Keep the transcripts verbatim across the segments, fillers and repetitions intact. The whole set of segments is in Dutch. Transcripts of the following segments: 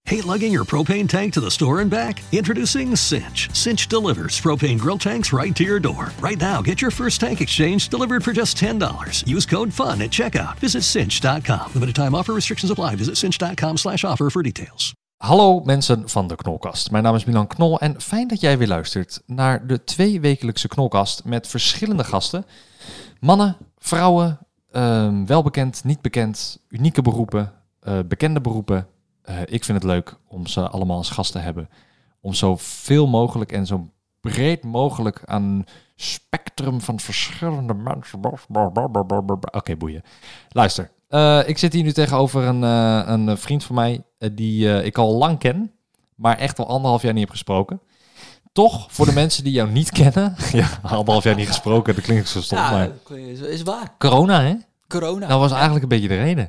Hate lugging your propane tank to the store and back? Introducing Cinch. Cinch delivers propane grill tanks right to your door. Right now, get your first tank exchange delivered for just ten dollars. Use code FUN at checkout. Visit cinch dot com. Limited time offer, restrictions apply. Visit cinch dot com slash offer for details. Hallo mensen van de Knolkast. Mijn naam is Milan Knol en fijn dat jij weer luistert naar de tweewekelijkse Knolkast met verschillende gasten. Mannen, vrouwen, uh, welbekend, niet bekend, unieke beroepen, uh, bekende beroepen. Uh, ik vind het leuk om ze allemaal als gast te hebben. Om zoveel mogelijk en zo breed mogelijk aan een spectrum van verschillende mensen... Oké, okay, boeien. Luister, uh, ik zit hier nu tegenover een, uh, een vriend van mij uh, die uh, ik al lang ken, maar echt al anderhalf jaar niet heb gesproken. Toch, voor de mensen die jou niet kennen... ja, anderhalf jaar niet gesproken, dat klinkt zo stom, ja, maar... is, is waar. Corona, hè? Corona. Dat was eigenlijk een beetje de reden.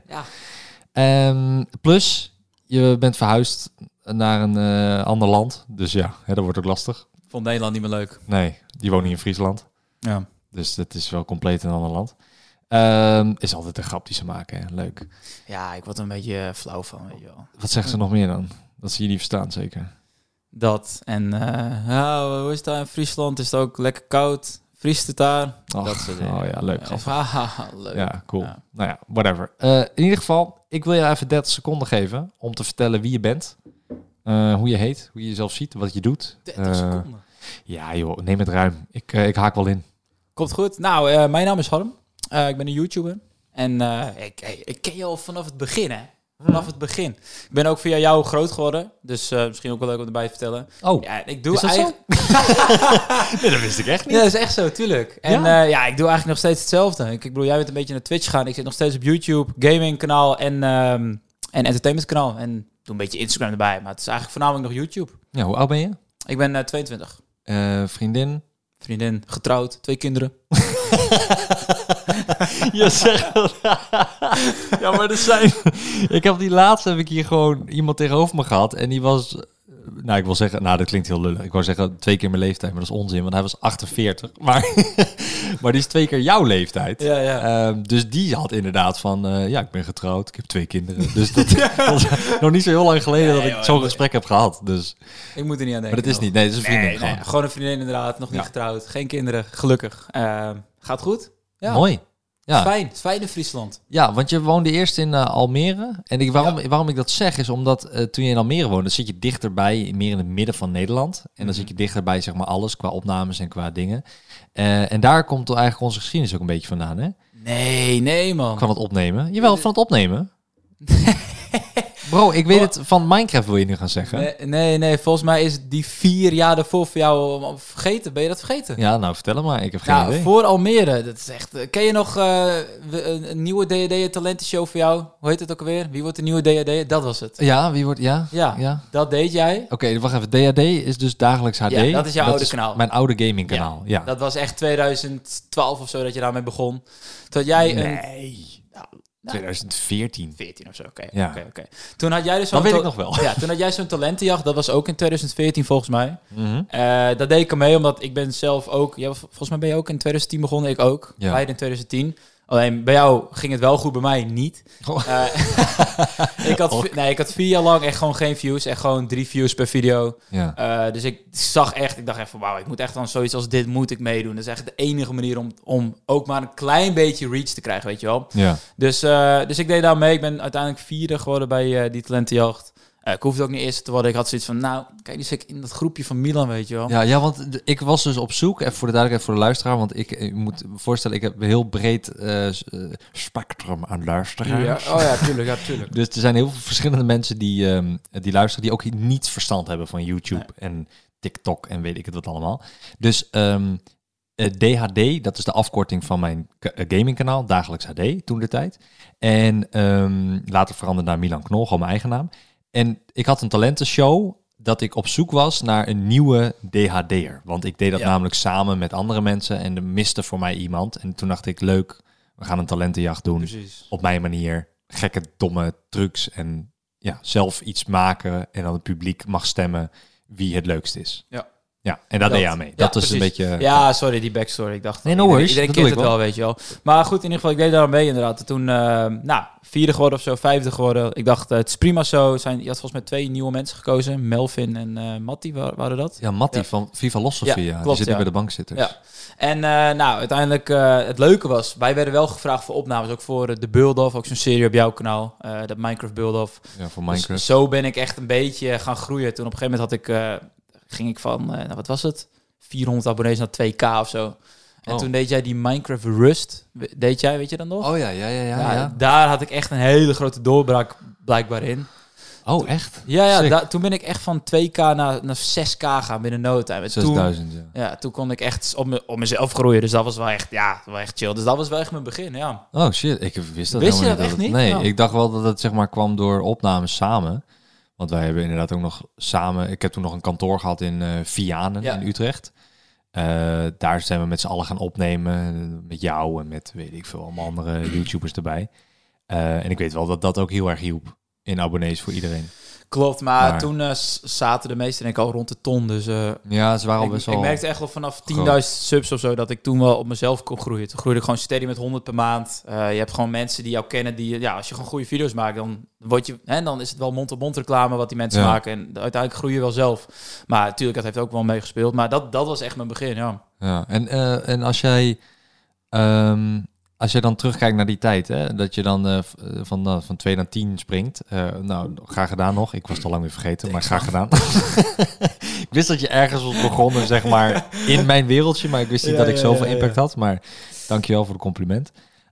Ja. Um, plus... Je bent verhuisd naar een uh, ander land. Dus ja, hè, dat wordt ook lastig. Vond Nederland niet meer leuk. Nee, die woont niet in Friesland. Ja. Dus het is wel compleet een ander land. Um, is altijd een grap die ze maken, hè? Leuk. Ja, ik word er een beetje flauw van, weet je wel. Wat zeggen ze nog meer dan? Dat ze je niet verstaan, zeker? Dat. En uh, ja, hoe is het daar in Friesland? Is het ook lekker koud? Vriest het daar? Och, dat soort dingen. Oh ja, leuk. Of, haha, leuk. Ja, cool. Ja. Nou ja, whatever. Uh, in ieder geval, ik wil je even dertig seconden geven om te vertellen wie je bent. Uh, hoe je heet, hoe je jezelf ziet, wat je doet. dertig Uh, seconden? Ja joh, neem het ruim. Ik, uh, ik haak wel in. Komt goed. Nou, uh, mijn naam is Harm. Uh, ik ben een YouTuber. En uh, ik, hey, ik ken je al vanaf het begin, hè? Vanaf het begin. Ik ben ook via jou groot geworden. Dus uh, misschien ook wel leuk om erbij te vertellen. Oh, ja, ik doe is dat eigenlijk... zo? Nee, dat wist ik echt niet. Ja, dat is echt zo, tuurlijk. En ja, uh, ja ik doe eigenlijk nog steeds hetzelfde. Ik, ik bedoel, jij bent een beetje naar Twitch gaan. Ik zit nog steeds op YouTube, gaming kanaal en, um, en entertainment kanaal. En doe een beetje Instagram erbij. Maar het is eigenlijk voornamelijk nog YouTube. Ja, hoe oud ben je? Ik ben uh, tweeëntwintig. Uh, vriendin? Vriendin, getrouwd, twee kinderen. Je zegt dat. Ja, maar er zijn... Ik heb die laatste heb ik hier gewoon iemand tegenover me gehad. En die was... Nou, ik wil zeggen... Nou, dat klinkt heel lullig. Ik wou zeggen twee keer mijn leeftijd, maar dat is onzin. Want hij was achtenveertig. Maar, maar die is twee keer jouw leeftijd. Ja, ja. Um, dus die had inderdaad van... Uh, ja, ik ben getrouwd. Ik heb twee kinderen. Dus dat was nog niet zo heel lang geleden nee, dat ik joh, zo'n joh. gesprek heb gehad. Dus... Ik moet er niet aan denken. Maar dat is nog. niet. Nee, dat is een vriendin. Nee, gewoon. nee, gewoon een vriendin inderdaad. Nog niet Ja. getrouwd. Geen kinderen. Gelukkig. Uh, gaat goed? Ja. Mooi. Ja. Fijn. Fijn in Friesland. Ja, want je woonde eerst in uh, Almere. En ik, waarom, ja. waarom ik dat zeg is omdat uh, toen je in Almere woonde, zit je dichterbij, meer in het midden van Nederland. En dan mm-hmm. zit je dichterbij, zeg maar, alles qua opnames en qua dingen. Uh, en daar komt eigenlijk onze geschiedenis ook een beetje vandaan, hè? Nee, nee man. Van het opnemen. Jawel, van het opnemen. Bro, ik weet het van Minecraft, wil je nu gaan zeggen. Nee, nee, nee, volgens mij is die vier jaar daarvoor voor jou vergeten. Ben je dat vergeten? Ja, nou vertel hem maar. Ik heb geen nou, idee. Voor Almere. Dat is echt. Ken je nog uh, een, een nieuwe D A D talentenshow voor jou? Hoe heet het ook alweer? Wie wordt de nieuwe D A D? Dat was het. Ja, wie wordt... Ja, ja, ja. Dat deed jij. Oké, okay, wacht even. D A D is dus dagelijks H D. Ja, dat is jouw dat oude is kanaal. Mijn oude gaming kanaal, ja. ja. Dat was echt twintig twaalf of zo dat je daarmee begon. Toen jij nee. een... Nou, twintig veertien. veertien of zo, oké. Okay. Ja. Okay, okay. Toen had jij dus zo'n... Dat weet ik nog wel. Ja, toen had jij zo'n talentenjacht. Dat was ook in twintig veertien volgens mij. Mm-hmm. Uh, dat deed ik er mee, omdat ik ben zelf ook... Ja, volgens mij ben je ook in twintig tien begonnen. Ik ook. Ja. Beide in twintig tien. Alleen bij jou ging het wel goed, bij mij niet. Oh. Uh, ik, had, okay. nee, ik had vier jaar lang echt gewoon geen views. Echt gewoon drie views per video. Ja. Uh, dus ik zag echt, ik dacht echt van wauw, ik moet echt dan zoiets als dit moet ik meedoen. Dat is echt de enige manier om, om ook maar een klein beetje reach te krijgen, weet je wel. Ja. Dus, uh, dus ik deed daar mee. Ik ben uiteindelijk vierde geworden bij uh, die talentenjacht. Uh, ik hoefde ook niet eerste te worden. Ik had zoiets van, nou, kijk, die zit in dat groepje van Milan, weet je wel. Ja, ja, want d- ik was dus op zoek, even voor de duidelijkheid voor de luisteraar, want ik, ik moet me voorstellen, ik heb een heel breed uh, spectrum aan luisteraars. Ja. Oh ja, tuurlijk, ja, tuurlijk. Dus er zijn heel veel verschillende mensen die, um, die luisteren, die ook niets verstand hebben van YouTube nee. en TikTok en weet ik het wat allemaal. Dus um, uh, D H D, dat is de afkorting van mijn k- gamingkanaal, dagelijks H D, toen de tijd. En um, later veranderde naar Milan Knol, gewoon mijn eigen naam. En ik had een talentenshow dat ik op zoek was naar een nieuwe D H D'er. Want ik deed dat ja. namelijk samen met andere mensen en er miste voor mij iemand. En toen dacht ik, leuk, we gaan een talentenjacht doen. Precies. Op mijn manier. Gekke, domme trucs en ja, zelf iets maken. En dan het publiek mag stemmen wie het leukst is. Ja. Ja, en daar deed je aan mee. Dat ja, is een precies. beetje... Ja, sorry, die backstory. Ik dacht, Nee, no iedereen, worries, iedereen dat kent doe het ik wel, weet je wel. Maar goed, in ieder geval, ik deed daar aan mee inderdaad. En toen, uh, nou, vierde geworden of zo, vijfde geworden. Ik dacht, uh, het is prima zo. Zijn, je had volgens mij twee nieuwe mensen gekozen. Melvin en uh, Matti wa- waren dat. Ja, Matti Ja. van Viva Los Sofia. Ja, Die klopt, zit nu ja. bij de bankzitters. Ja. En uh, nou, uiteindelijk, uh, het leuke was, wij werden wel gevraagd voor opnames. Ook voor uh, de Build-Off, ook zo'n serie op jouw kanaal. Uh, dat Minecraft Build-Off. Ja, voor Minecraft. Dus zo ben ik echt een beetje gaan groeien. Toen op een gegeven moment had ik, uh, ging ik van, uh, nou, wat was het? vierhonderd abonnees naar twee k of zo. En Oh. toen deed jij die Minecraft Rust. Deed jij, weet je dan nog? Oh ja, ja, ja, ja. ja, ja. Daar had ik echt een hele grote doorbraak blijkbaar in. Oh, echt? Ja, ja Sick. da- toen ben ik echt van twee k naar, naar zes k gaan binnen no time. En toen, zesduizend, ja. ja, toen kon ik echt op, me, op mezelf groeien. Dus dat was wel echt, ja, wel echt chill. Dus dat was wel echt mijn begin, ja. Oh shit, ik wist dat Wist je helemaal dat echt het- niet? Nee, Ja. ik dacht wel dat het zeg maar kwam door opnames samen. Want wij hebben inderdaad ook nog samen... Ik heb toen nog een kantoor gehad in uh, Vianen Ja. in Utrecht. Uh, daar zijn we met z'n allen gaan opnemen. Met jou en met, weet ik veel, allemaal andere YouTubers erbij. Uh, en ik weet wel dat dat ook heel erg hielp in abonnees voor iedereen. Klopt, maar, Maar- toen uh, s- zaten de meesten denk ik al rond de ton. Dus uh, Ja, ze waren al ik, best ik wel... merkte echt wel vanaf tienduizend subs of zo dat ik toen wel op mezelf kon groeien. Toen groeide ik gewoon steady met honderd per maand. Uh, je hebt gewoon mensen die jou kennen. Die, ja, als je gewoon goede video's maakt, dan, word je, hè, dan is het wel mond-op-mond reclame wat die mensen Ja. maken. En uiteindelijk groei je wel zelf. Maar natuurlijk, dat heeft ook wel meegespeeld. Maar dat, dat was echt mijn begin, ja. Ja, en, uh, en als jij... Um, als jij dan terugkijkt naar die tijd, hè, dat je dan uh, van, uh, van twee naar tien springt. Uh, nou, graag gedaan nog. Ik was het al lang weer vergeten, maar graag gedaan. Ik wist dat je ergens was begonnen, zeg maar, in mijn wereldje. Maar ik wist niet Ja, dat ik ja, zoveel ja, ja. impact had. Maar dankjewel voor het compliment.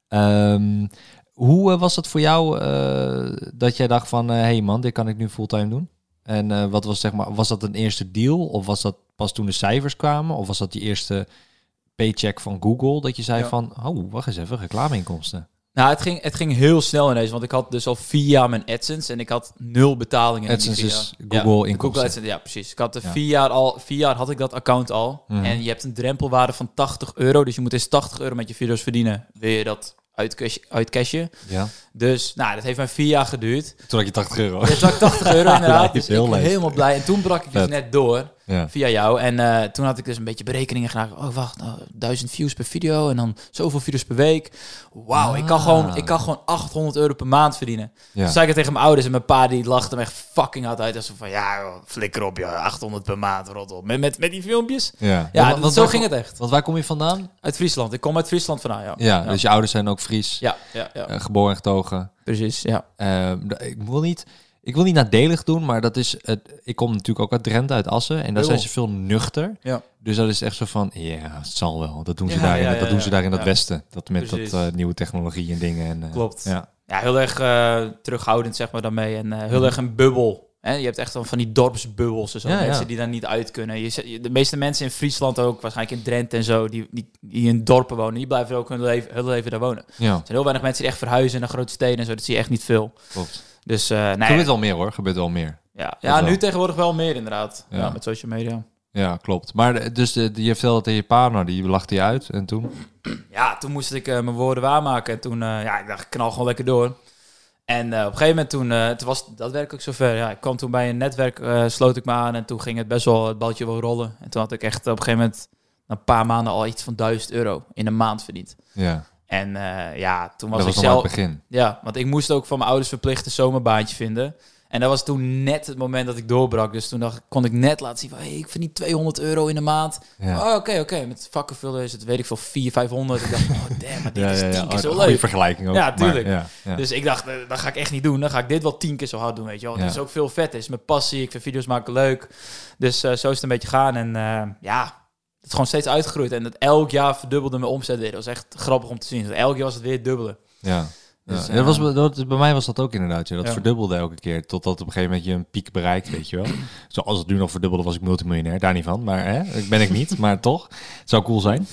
Um, hoe uh, was het voor jou uh, dat jij dacht van... hé uh, hey man, dit kan ik nu fulltime doen? En uh, wat was, zeg maar, was dat een eerste deal? Of was dat pas toen de cijfers kwamen? Of was dat die eerste... paycheck van Google, dat je zei Ja. van, oh, wacht eens even, reclameinkomsten. Nou, het ging, het ging heel snel ineens, want ik had dus al vier jaar mijn AdSense en ik had nul betalingen. in die AdSense vier is jaar. Google Ja, inkomsten. Google AdSense, ja, precies. Ik had de Ja. vier jaar al, vier jaar had ik dat account al. Mhm. En je hebt een drempelwaarde van tachtig euro, dus je moet eens tachtig euro met je video's verdienen. Wil je dat uitcash- uitcashen? Ja. Dus, nou, dat heeft mij vier jaar geduurd. Toen had je tachtig euro. Dus had ik tachtig euro inderdaad, Lijp, dus heel ik lijp. helemaal blij. En toen brak ik dus Vet. net door. Ja. Via jou. En uh, toen had ik dus een beetje berekeningen gedaan. Oh, wacht, nou, duizend views per video en dan zoveel video's per week. Wauw, Ah. ik, kan gewoon, ik kan gewoon achthonderd euro per maand verdienen. Ja. Toen zei ik het tegen mijn ouders en mijn pa die lachte me echt fucking hard uit. En zo van, ja, joh, flikker op, ja, achthonderd per maand, rot op. Met, met, met die filmpjes. Ja, Ja, want- want zo waar ging kom- het echt. Want waar kom je vandaan? Uit Friesland. Ik kom uit Friesland vandaan, ja. Ja, dus je ouders zijn ook Fries, Ja, ja, ja. uh, geboren en getogen. Precies, ja. Uh, d- ik wil niet... Ik wil niet nadelig doen, maar dat is... Het, ik kom natuurlijk ook uit Drenthe, uit Assen. En daar Oh. zijn ze veel nuchter. Ja. Dus dat is echt zo van... Ja, het zal wel. Dat doen ze Ja, daar, in, ja, dat ja, doen ze ja. daar in het Ja. westen. Dat met Precies. dat uh, nieuwe technologie en dingen. En, uh, Klopt. Ja. Ja, heel erg uh, terughoudend, zeg maar, daarmee. En uh, heel Mhm. erg een bubbel. Hè? Je hebt echt dan van die dorpsbubbels. Dus Ja, mensen ja. die daar niet uit kunnen. Je, zet- je- de meeste mensen in Friesland ook, waarschijnlijk in Drenthe en zo, die, die, die in dorpen wonen, die blijven ook hun leven, hun leven daar wonen. Er Ja, zijn heel weinig mensen die echt verhuizen naar grote steden en zo. Dat zie je echt niet veel. klopt. Dus uh, nee, Gebeurt wel meer hoor, gebeurt wel meer. ja, wel. ja nu tegenwoordig wel meer inderdaad. Ja. Ja. met social media. Ja, klopt. Maar de- dus de, je vertelde tegen je pa, nou, die lachte je uit. En toen? Ja, toen moest ik uh, mijn woorden waarmaken. En toen, uh, ja, ik dacht, ik knal gewoon lekker door. En uh, op een gegeven moment toen, uh, toen was dat werkelijk zover. Ja, ik kwam toen bij een netwerk, uh, sloot ik me aan en toen ging het best wel, het balletje wel rollen. En toen had ik echt op een gegeven moment, na een paar maanden, al iets van duizend euro in een maand verdiend. Ja, En uh, ja, toen was dat ik was nog maar zelf... het begin. Ja, want ik moest ook van mijn ouders verplicht een zomerbaantje vinden. En dat was toen net het moment dat ik doorbrak. Dus toen dacht, kon ik net laten zien van, hey, ik verdien tweehonderd euro in de maand. Ja. Oh, oké, oké. Met vakken vullen is het, weet ik veel, vierhonderd, vijfhonderd. Ik dacht, oh damn, maar dit Ja, is ja, tien ja. keer zo Oh, leuk. goeie vergelijking ook. Ja, maar tuurlijk. ja, ja. Dus ik dacht, eh, dat ga ik echt niet doen. Dan ga ik dit wel tien keer zo hard doen, weet je wel. Ja. Dat is ook veel vet. Het is mijn passie. Ik vind video's maken leuk. Dus uh, zo is het een beetje gaan. En uh, ja, het is gewoon steeds uitgegroeid. En dat elk jaar verdubbelde mijn omzet weer. Dat was echt grappig om te zien. Dus elk jaar was het weer dubbele. Ja. Dus, ja. uh, dat was, dat, bij mij was dat ook inderdaad. Ja. Dat Ja. verdubbelde elke keer. Totdat op een gegeven moment je een piek bereikt, weet je wel. Zoals het nu nog verdubbelde, was ik multimiljonair. Daar niet van. Maar hè, ik ben ik niet. Maar toch. Het zou cool zijn.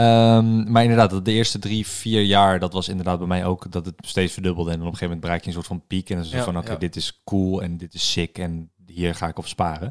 Um, maar inderdaad, de eerste drie, vier jaar, dat was inderdaad bij mij ook dat het steeds verdubbelde. En dan op een gegeven moment bereik je een soort van piek. En dan is het Ja, van, oké, okay, ja. dit is cool en dit is sick. En hier ga ik op sparen.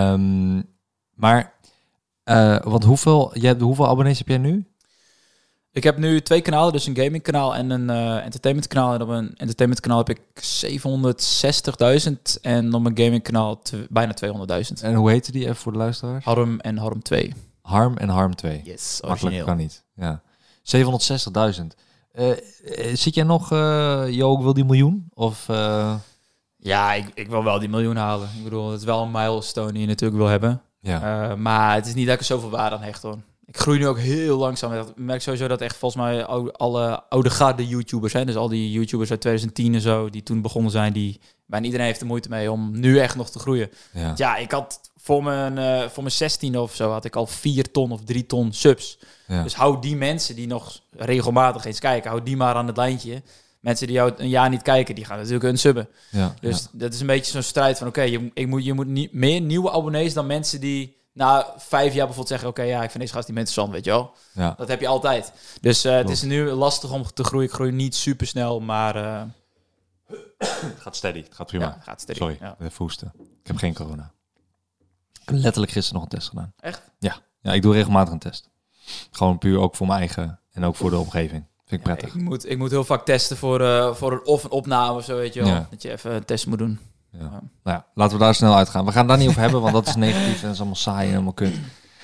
Um, maar, uh, want hoeveel, jij, hoeveel abonnees heb jij nu? Ik heb nu twee kanalen, dus een gamingkanaal en een uh, entertainmentkanaal. En op een entertainmentkanaal heb ik zevenhonderdzestigduizend en op mijn gamingkanaal te, bijna tweehonderdduizend. En hoe heette die even voor de luisteraars? Harm en Harm twee. Harm en Harm twee. Yes, makkelijk kan niet. Ja. zevenhonderdzestigduizend. Uh, zit jij nog, uh, yo, ik wil die miljoen? Of... Uh... Ja, ik, ik wil wel die miljoen halen. Ik bedoel, het is wel een milestone die je natuurlijk wil hebben. Ja. Uh, maar het is niet dat ik er zoveel waarde aan hecht, hoor. Ik groei nu ook heel langzaam. Ik merk sowieso dat echt volgens mij oude, alle oude garde YouTubers zijn. Dus al die YouTubers uit twintig tien en zo, die toen begonnen zijn, die bijna iedereen heeft er moeite mee om nu echt nog te groeien. Ja, ja ik had voor mijn, uh, voor mijn zestiende of zo had ik al vier ton of drie ton subs. Ja. Dus hou die mensen die nog regelmatig eens kijken, hou die maar aan het lijntje. Mensen die jou een jaar niet kijken, die gaan natuurlijk unsubben. Ja, dus ja. dat is een beetje zo'n strijd van, oké, okay, je, ik moet, je moet niet meer nieuwe abonnees dan mensen die na vijf jaar bijvoorbeeld zeggen, oké, okay, ja, ik vind deze gast niet interessant, weet je wel. Ja. Dat heb je altijd. Dus uh, het is nu lastig om te groeien. Ik groei niet super snel, maar... Uh... Het gaat steady, het gaat prima. Ja, gaat steady. Sorry, ja. even hoesten. Ik heb geen corona. Ik heb letterlijk gisteren nog een test gedaan. Echt? Ja, ja ik doe regelmatig een test. Gewoon puur ook voor mijn eigen en ook voor de omgeving. Vind ik prettig. Ja, ik, moet, ik moet heel vaak testen voor, uh, voor een, of een opname of zo, weet je wel. Ja. Dat je even een test moet doen. Ja. Ja. Nou ja, laten we daar snel uitgaan. We gaan het daar niet over hebben, want dat is negatief en dat is allemaal saai en helemaal kut.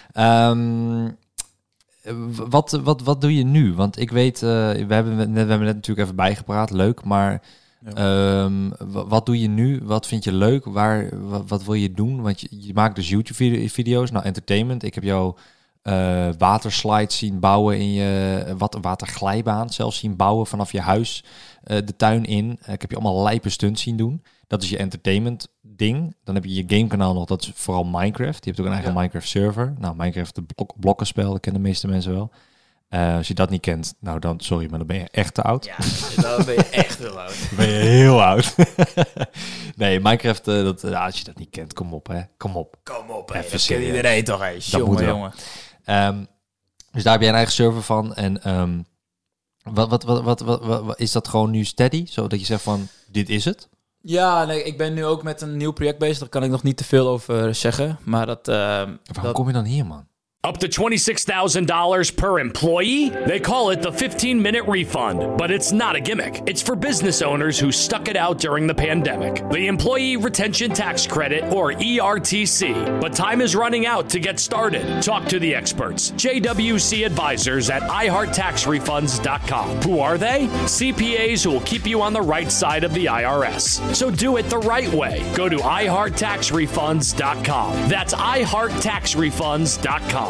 Um, wat, wat, wat doe je nu? Want ik weet, uh, we, hebben net, we hebben net natuurlijk even bijgepraat, leuk, maar ja. um, wat doe je nu? Wat vind je leuk? Waar, wat, wat wil je doen? Want je, je maakt dus YouTube-video's, nou entertainment. Ik heb jou uh, waterslides zien bouwen in je, wat een waterglijbaan zelfs zien bouwen vanaf je huis uh, de tuin in. Uh, ik heb je allemaal lijpe stunts zien doen. Dat is je entertainment ding. Dan heb je je gamekanaal nog, dat is vooral Minecraft. Je hebt ook een eigen ja. Minecraft server. Nou, Minecraft, de blok, blokkenspel, dat kennen de meeste mensen wel. Uh, als je dat niet kent, nou dan, sorry, maar dan ben je echt te oud. Ja, dan ben je echt heel oud. Dan ben je heel oud. Nee, Minecraft, uh, dat, uh, als je dat niet kent, kom op, hè. Kom op. Kom op, hè. Dat kent iedereen toch, hè. Jongen, jongen. Um, dus daar heb jij een eigen server van. En um, wat, wat, wat, wat, wat, wat, wat, is dat gewoon nu steady? Zodat je zegt van, dit is het? Ja, nee, ik ben nu ook met een nieuw project bezig. Daar kan ik nog niet te veel over zeggen. Maar dat... Uh, Waarom dat... kom je dan hier, man? Up to twenty-six thousand dollars per employee? They call it the fifteen minute refund, but it's not a gimmick. It's for business owners who stuck it out during the pandemic. The Employee Retention Tax Credit, or E R T C. But time is running out to get started. Talk to the experts. J W C Advisors at i heart tax refunds dot com. Who are they? C P As who will keep you on the right side of the I R S. So do it the right way. Go to i heart tax refunds dot com. That's i heart tax refunds dot com.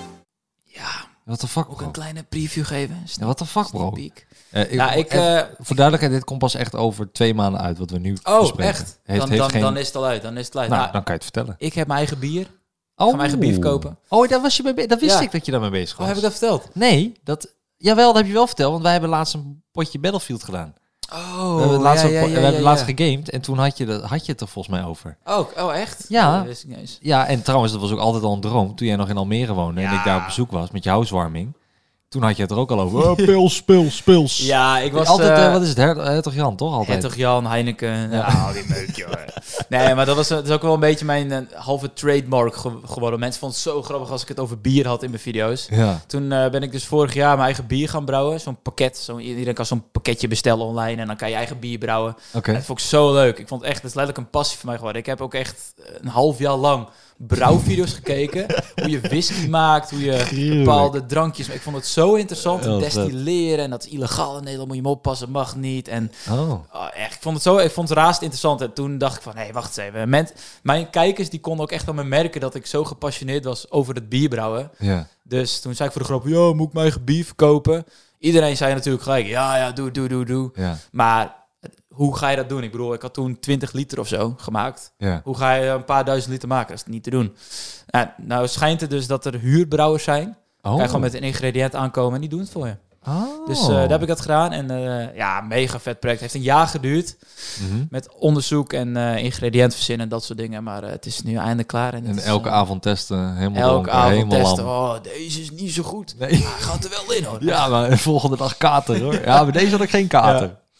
Ja, wat de fuck, ook bro? een kleine preview geven. Ja, wat de fuck, bro? Uh, ik, ja, ik, even, uh, voor duidelijkheid, dit komt pas echt over twee maanden uit, wat we nu oh, bespreken. echt? Heeft, dan, heeft dan, geen... dan is het al uit. Dan is het uit. Nou, nou, dan kan je het vertellen. Ik heb mijn eigen bier. Ik oh. ga mijn eigen bier verkopen. Oh, daar was je mee be- dat wist ja. ik dat je daarmee bezig was. Oh, heb ik dat verteld? Nee, dat... Jawel, dat heb je wel verteld, want wij hebben laatst een potje Battlefield gedaan. Oh, we hebben laatst, ja, ja, ja, we hebben ja, laatst ja. gegamed en toen had je, de, had je het er volgens mij over. Oh, oh echt? Ja. Dat wist ik niet eens. Ja, en trouwens, dat was ook altijd al een droom. Toen jij nog in Almere woonde ja. en ik daar op bezoek was met je housewarming. Toen had je het er ook al over. Oh, pils, pils, pils. Ja, ik was... Altijd, uh, uh, wat is het? Her- Hertog Jan, toch? Altijd. Hertog Jan, Heineken. Ja, al die meuk, joh. Nee, maar dat was dat is ook wel een beetje mijn uh, halve trademark ge- geworden. Mensen vonden het zo grappig als ik het over bier had in mijn video's. Ja. Toen uh, ben ik dus vorig jaar mijn eigen bier gaan brouwen. Zo'n pakket. Zo, iedereen kan zo'n pakketje bestellen online en dan kan je eigen bier brouwen. Okay. Dat vond ik zo leuk. Ik vond het echt, dat is letterlijk een passie voor mij geworden. Ik heb ook echt een half jaar lang brouwvideo's gekeken. Hoe je whisky maakt, hoe je bepaalde drankjes... Ik vond het zo interessant. Heel destilleren en dat is illegaal in Nederland. Moet je hem oppassen, mag niet. En oh. oh, echt, ik vond het zo, ik vond het raast interessant. En toen dacht ik van, hé, hey, wacht eens even. Men, mijn kijkers die konden ook echt aan me merken dat ik zo gepassioneerd was over het bierbrouwen. Ja. Dus toen zei ik voor de grap, ja, moet ik mijn eigen bier verkopen? Iedereen zei natuurlijk gelijk, ja, ja, doe, doe, doe, doe. Ja. Maar hoe ga je dat doen? Ik bedoel, ik had toen twintig liter of zo gemaakt. Ja. Hoe ga je een paar duizend liter maken? Dat is niet te doen. Nou, nou schijnt het dus dat er huurbrouwers zijn. Oh. Kan je gewoon met een ingrediënt aankomen en die doen het voor je. Oh. Dus uh, daar heb ik dat gedaan. En uh, ja, mega vet project. Heeft een jaar geduurd. Mm-hmm. Met onderzoek en uh, ingrediënt verzinnen en dat soort dingen. Maar uh, het is nu eindelijk klaar. En, En is, elke uh, avond testen. Helemaal elke donker, avond helemaal testen. lam. Oh, deze is niet zo goed. Nee. Maar gaat er wel in, hoor. Ja, maar de volgende dag kater, hoor. Ja, maar deze had ik geen kater. Ja.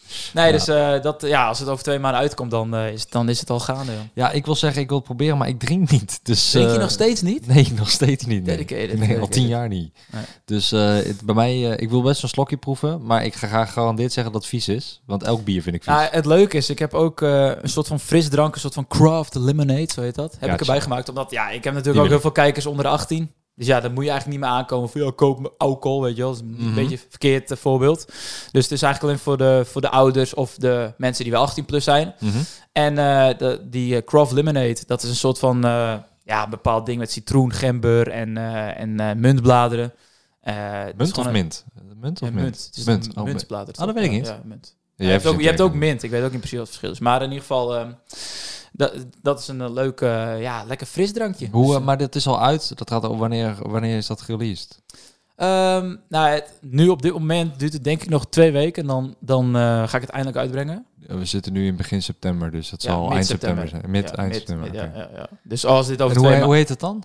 Nee, Ja. dus uh, dat, ja, als het over twee maanden uitkomt, dan, uh, is, dan is het al gaande. Joh. Ja, ik wil zeggen, ik wil het proberen, maar ik drink niet. Dus, Drink je uh, nog steeds niet? Nee, nog steeds niet. Nee, Dedicated, nee al dedicated. tien jaar niet. Nee. Dus uh, het, bij mij, uh, ik wil best een slokje proeven, maar ik ga graag gegarandeerd zeggen dat het vies is. Want elk bier vind ik vies. Nou, het leuke is, ik heb ook uh, een soort van frisdrank, een soort van craft lemonade, zo heet dat. Heb Gotcha. ik erbij gemaakt, omdat ja, ik heb natuurlijk Die ook wil heel veel kijkers onder de achttien. Dus ja, dan moet je eigenlijk niet meer aankomen van, ja, koop alcohol, weet je wel. Dat is een Mm-hmm. beetje een verkeerd uh, voorbeeld. Dus het is eigenlijk alleen voor de, voor de ouders of de mensen die wel achttien plus zijn. Mm-hmm. En uh, de, die uh, craft lemonade, dat is een soort van, uh, ja, een bepaald ding met citroen, gember en, uh, en uh, muntbladeren. Uh, het is Munt of gewoon een- mint? Munt of Ja, mint? munt. Het is Munt. een Oh, muntblader. Oh, dat weet ik niet. Ja, munt. Ja, je hebt ook, je hebt ook verzint mint. Ik weet ook niet precies wat het verschil is. Maar in ieder geval, um, dat, dat is een uh, leuk, uh, ja, lekker frisdrankje. Hoe, Dus, uh, maar dit is al uit. Dat gaat over wanneer, wanneer is dat released? um, nou, het, nu op dit moment duurt het denk ik nog twee weken. En dan, dan uh, ga ik het eindelijk uitbrengen. Ja, we zitten nu in begin september, dus dat Ja, zal eind mid-september. september zijn. Mid, Ja, eind mid- september. mid- oké. ja, ja, ja. Dus als dit over En twee hoe, hoe ma- heet het dan?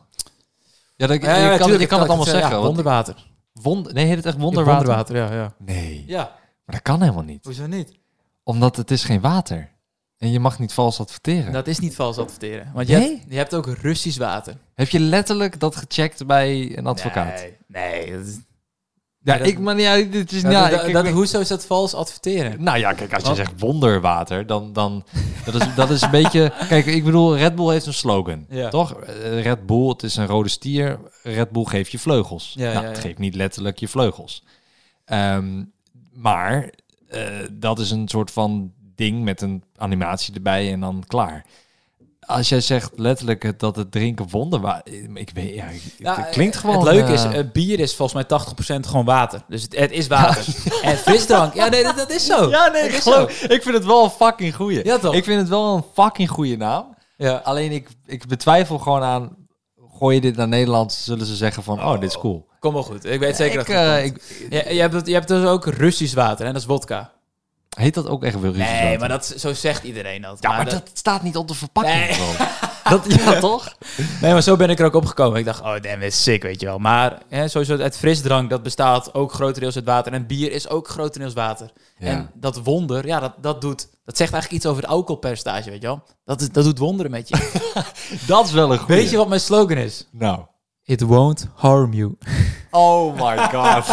Ja, dat, Ja, ja, je, kan, tuurlijk, je kan het allemaal zeggen. zeggen. Ja, want- wonderwater. Wond, nee, heet het echt wonderwater? Wonderwater, ja, ja. Nee, Ja, maar dat kan helemaal niet. hoezo niet? Omdat het is geen water. En je mag niet vals adverteren. Dat is niet vals adverteren. Want je, Nee? hebt, je hebt ook Russisch water. Heb je letterlijk dat gecheckt bij een advocaat? Nee, nee. Dat is, Ja, Nee, dat- ik, maar ja, dit is... ja, ja, dat, ik- ik- dat, hoezo is dat vals adverteren? Nou ja, kijk, als je Wat? zegt wonderwater, dan... dan dat, is, dat is een beetje... Kijk, ik bedoel, Red Bull heeft een slogan, Ja. toch? Eh, Red Bull, het is een rode stier. Red Bull geeft je vleugels. Ja, nou, ja, het ja. geeft niet letterlijk je vleugels. Ehm, maar eh, dat is een soort van ding met een animatie erbij en dan klaar. Als jij zegt letterlijk het- dat het drinken wonderwater... Ik weet, ja, Ja, het klinkt eh, gewoon... Het leuke is, eh, eh, bier is volgens mij tachtig procent gewoon water. Dus het, het is water. En frisdrank, ja nee, dat, dat is zo. ja, nee, dat ik, is geloof, zo. ik vind het wel een fucking goeie. Ja, toch? Ik vind het wel een fucking goede naam. Ja. Alleen ik, ik betwijfel gewoon aan... Gooi je dit naar Nederland, zullen ze zeggen van... Oh, dit is cool. Kom wel goed. Ik weet zeker ik, dat het eh, goed ik, komt. Ja, je, hebt, het- je hebt dus ook Russisch water, hè? Dat is vodka. Heet dat ook echt wel Russisch Nee, water? maar dat, zo zegt iedereen dat. Ja, maar dat, staat niet op de verpakking. Nee. Bro. Dat, ja, toch? Nee, maar zo ben ik er ook opgekomen. Ik dacht, oh damn, dit is sick, weet je wel. Maar hè, sowieso het frisdrank, dat bestaat ook grotendeels uit water. En bier is ook grotendeels water. Ja. En dat wonder, ja, dat, dat doet... Dat zegt eigenlijk iets over het alcoholpercentage, weet je wel. Dat, is, dat doet wonderen met je. Dat is wel een goeie. Weet je wat mijn slogan is? Nou. It won't harm you. Oh my god.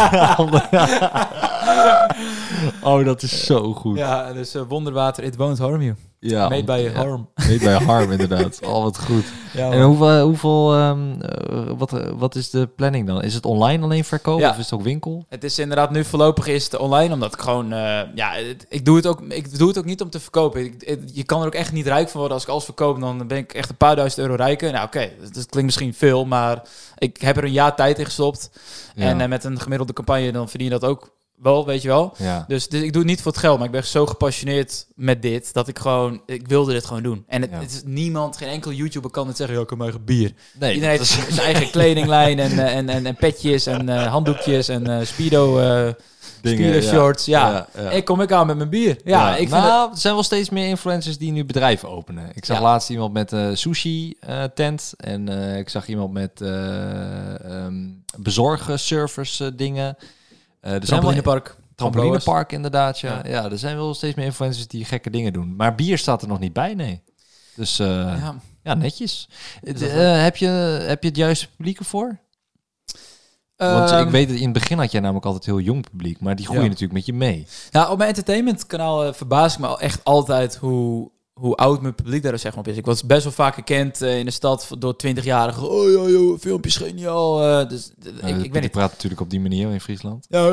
Oh, dat is zo goed. Ja, Ja, dus uh, wonderwater, it won't harm you. ja Made by ja, harm. Made by harm, inderdaad. Oh, wat goed. Ja, En hoeveel, hoeveel um, uh, wat, uh, wat is de planning dan? Is het online alleen verkopen Ja. of is het ook winkel? Het is inderdaad nu voorlopig is het online, omdat ik gewoon... uh, ja, het- ik doe, het ook, ik doe het ook niet om te verkopen. Ik, het- je kan er ook echt niet rijk van worden. Als ik alles verkoop, dan ben ik echt een paar duizend euro rijker. Nou, oké, okay, dat, dat klinkt misschien veel, maar ik heb er een jaar tijd in gestopt. Ja. En uh, met een gemiddelde campagne, dan verdien je dat ook wel, weet je wel. Ja. Dus, dus ik doe het niet voor het geld, maar ik ben zo gepassioneerd met dit, dat ik gewoon... Ik wilde dit gewoon doen. En het, Ja. het is niemand, geen enkel YouTuber kan het zeggen, ja, ik heb mijn eigen bier. Nee, Iedereen dat heeft is- zijn eigen kledinglijn en, eh, en, en, en petjes en eh, handdoekjes en eh speedo, eh speedo shorts. Ja. Ja, ja. Ik kom ik aan met mijn bier. Ja, ik vind nou, er zijn wel steeds meer influencers die nu bedrijven openen. Ik zag Ja. laatst iemand met een sushi eh, tent en eh, ik zag iemand met uh, um, bezorgservice uh, dingen. Uh, er het zijn wel trampolinepark. trampolinepark inderdaad. Ja. Ja. Ja, er zijn wel steeds meer influencers die gekke dingen doen. Maar bier staat er nog niet bij, nee. Dus uh, ja. Ja. netjes. dat Uh, wel? heb, je, heb je het juiste publiek ervoor? Want Ehm, ik weet dat in het begin had jij namelijk altijd heel jong publiek, maar die groeien Ja. natuurlijk met je mee. Nou, op mijn entertainmentkanaal uh, verbaas ik me al echt altijd hoe, hoe oud mijn publiek daar zeg maar op is. Ik was best wel vaak gekend uh, in de stad door twintigjarigen. Oh ja, joh, filmpjes geniaal. Uh, dus uh, Uh, ik, ik weet niet. praat natuurlijk op die manier in Friesland. Ja,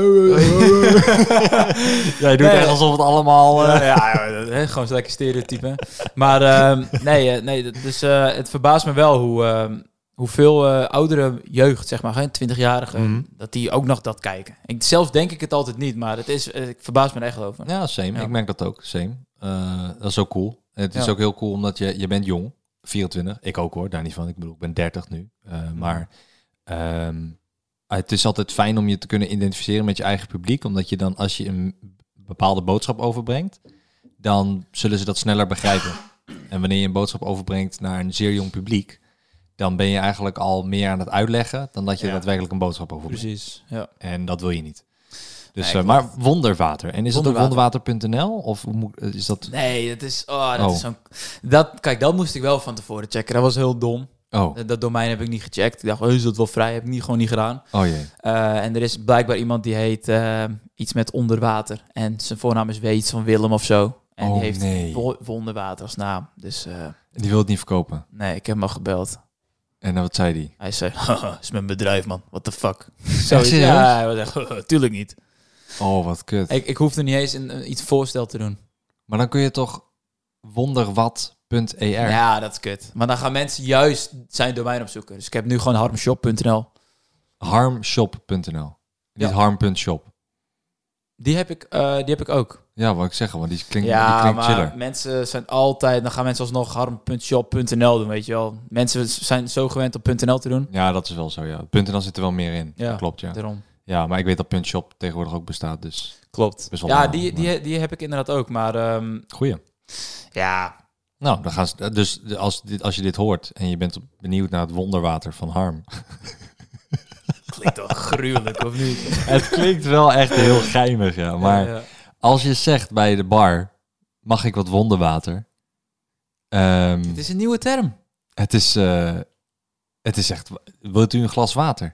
Ja, je doet Nee. echt alsof het allemaal... Ja, uh, ja, ja, dat- hè, gewoon zo'n lekker stereotype. Maar ehm, nee, eh, nee, dus uh, het verbaast me wel hoe, uh, hoeveel uh, oudere jeugd, zeg maar, twintigjarigen, Mhm. dat die ook nog dat kijken. Ik, zelf denk ik het altijd niet, maar het is, uh, ik verbaas me er echt over. Ja, same. Ja. Ik merk dat ook. Same. Uh, dat is ook cool. Het is Ja. ook heel cool omdat je, je bent jong. vierentwintig. Ik ook hoor, daar niet van. Ik bedoel, ik ben dertig nu. Uh, maar um, het is altijd fijn om je te kunnen identificeren met je eigen publiek. Omdat je dan, als je een bepaalde boodschap overbrengt, dan zullen ze dat sneller begrijpen. En wanneer je een boodschap overbrengt naar een zeer jong publiek, dan ben je eigenlijk al meer aan het uitleggen dan dat je Ja. daadwerkelijk een boodschap overbrengt. Precies, ja. En dat wil je niet. Dus, Nee, uh, maar wonderwater. En is dat ook Wonderwater. wonderwater punt n l? Of hoe moet- is dat... Nee, dat is... Oh, dat Oh. is zo'n... Dat, kijk, dat moest ik wel van tevoren checken. Dat was heel dom. Oh, Dat, dat domein heb ik niet gecheckt. Ik dacht, oh, is dat wel vrij? Heb ik niet, gewoon niet gedaan. oh jee. Uh, en er is blijkbaar iemand die heet uh, iets met onderwater. En zijn voornaam is weer iets van Willem of zo. En Oh, die heeft nee. wo- wonderwater als naam. Dus uh, Die wil het niet verkopen. nee, ik heb hem al gebeld. En dan wat zei die? Hij zei, haha, is mijn bedrijf, man. What the fuck? Echt Zo is, serieus? ja, hij was echt, haha, tuurlijk niet. Oh, wat kut. Ik, ik hoefde niet eens een, een- iets voorstel te doen. Maar dan kun je toch wonderwat punt e r. Ja, dat is kut. Maar dan gaan mensen juist zijn domein opzoeken. Dus ik heb nu gewoon harmshop punt n l. harmshop punt n l. Niet Ja. harm punt shop. Die heb ik, uh, die heb ik ook. Ja, wat ik zeggen, want die klinkt, die Ja, klinkt maar chiller. mensen zijn altijd... Dan gaan mensen alsnog harm punt shop punt n l doen, weet je wel. Mensen zijn zo gewend op .nl te doen. Ja, dat is wel zo, ja. Punt .nl zit er wel meer in. Ja, Dat klopt, ja. Daarom. Ja, maar ik weet dat punt shop tegenwoordig ook bestaat, dus... Klopt. Best wel Ja, normaal, die, die, die heb ik inderdaad ook. Maar um, Goeie. ja, Nou, dan gaan ze... Dus als, dit, als je dit hoort en je bent benieuwd naar het wonderwater van Harm... klinkt toch gruwelijk, of niet? Het klinkt wel echt heel geinig, ja. Maar Ja, ja. als je zegt bij de bar, mag ik wat wonderwater? Ehm, Het is een nieuwe term. het is... eh, het is echt... Wilt u een glas water?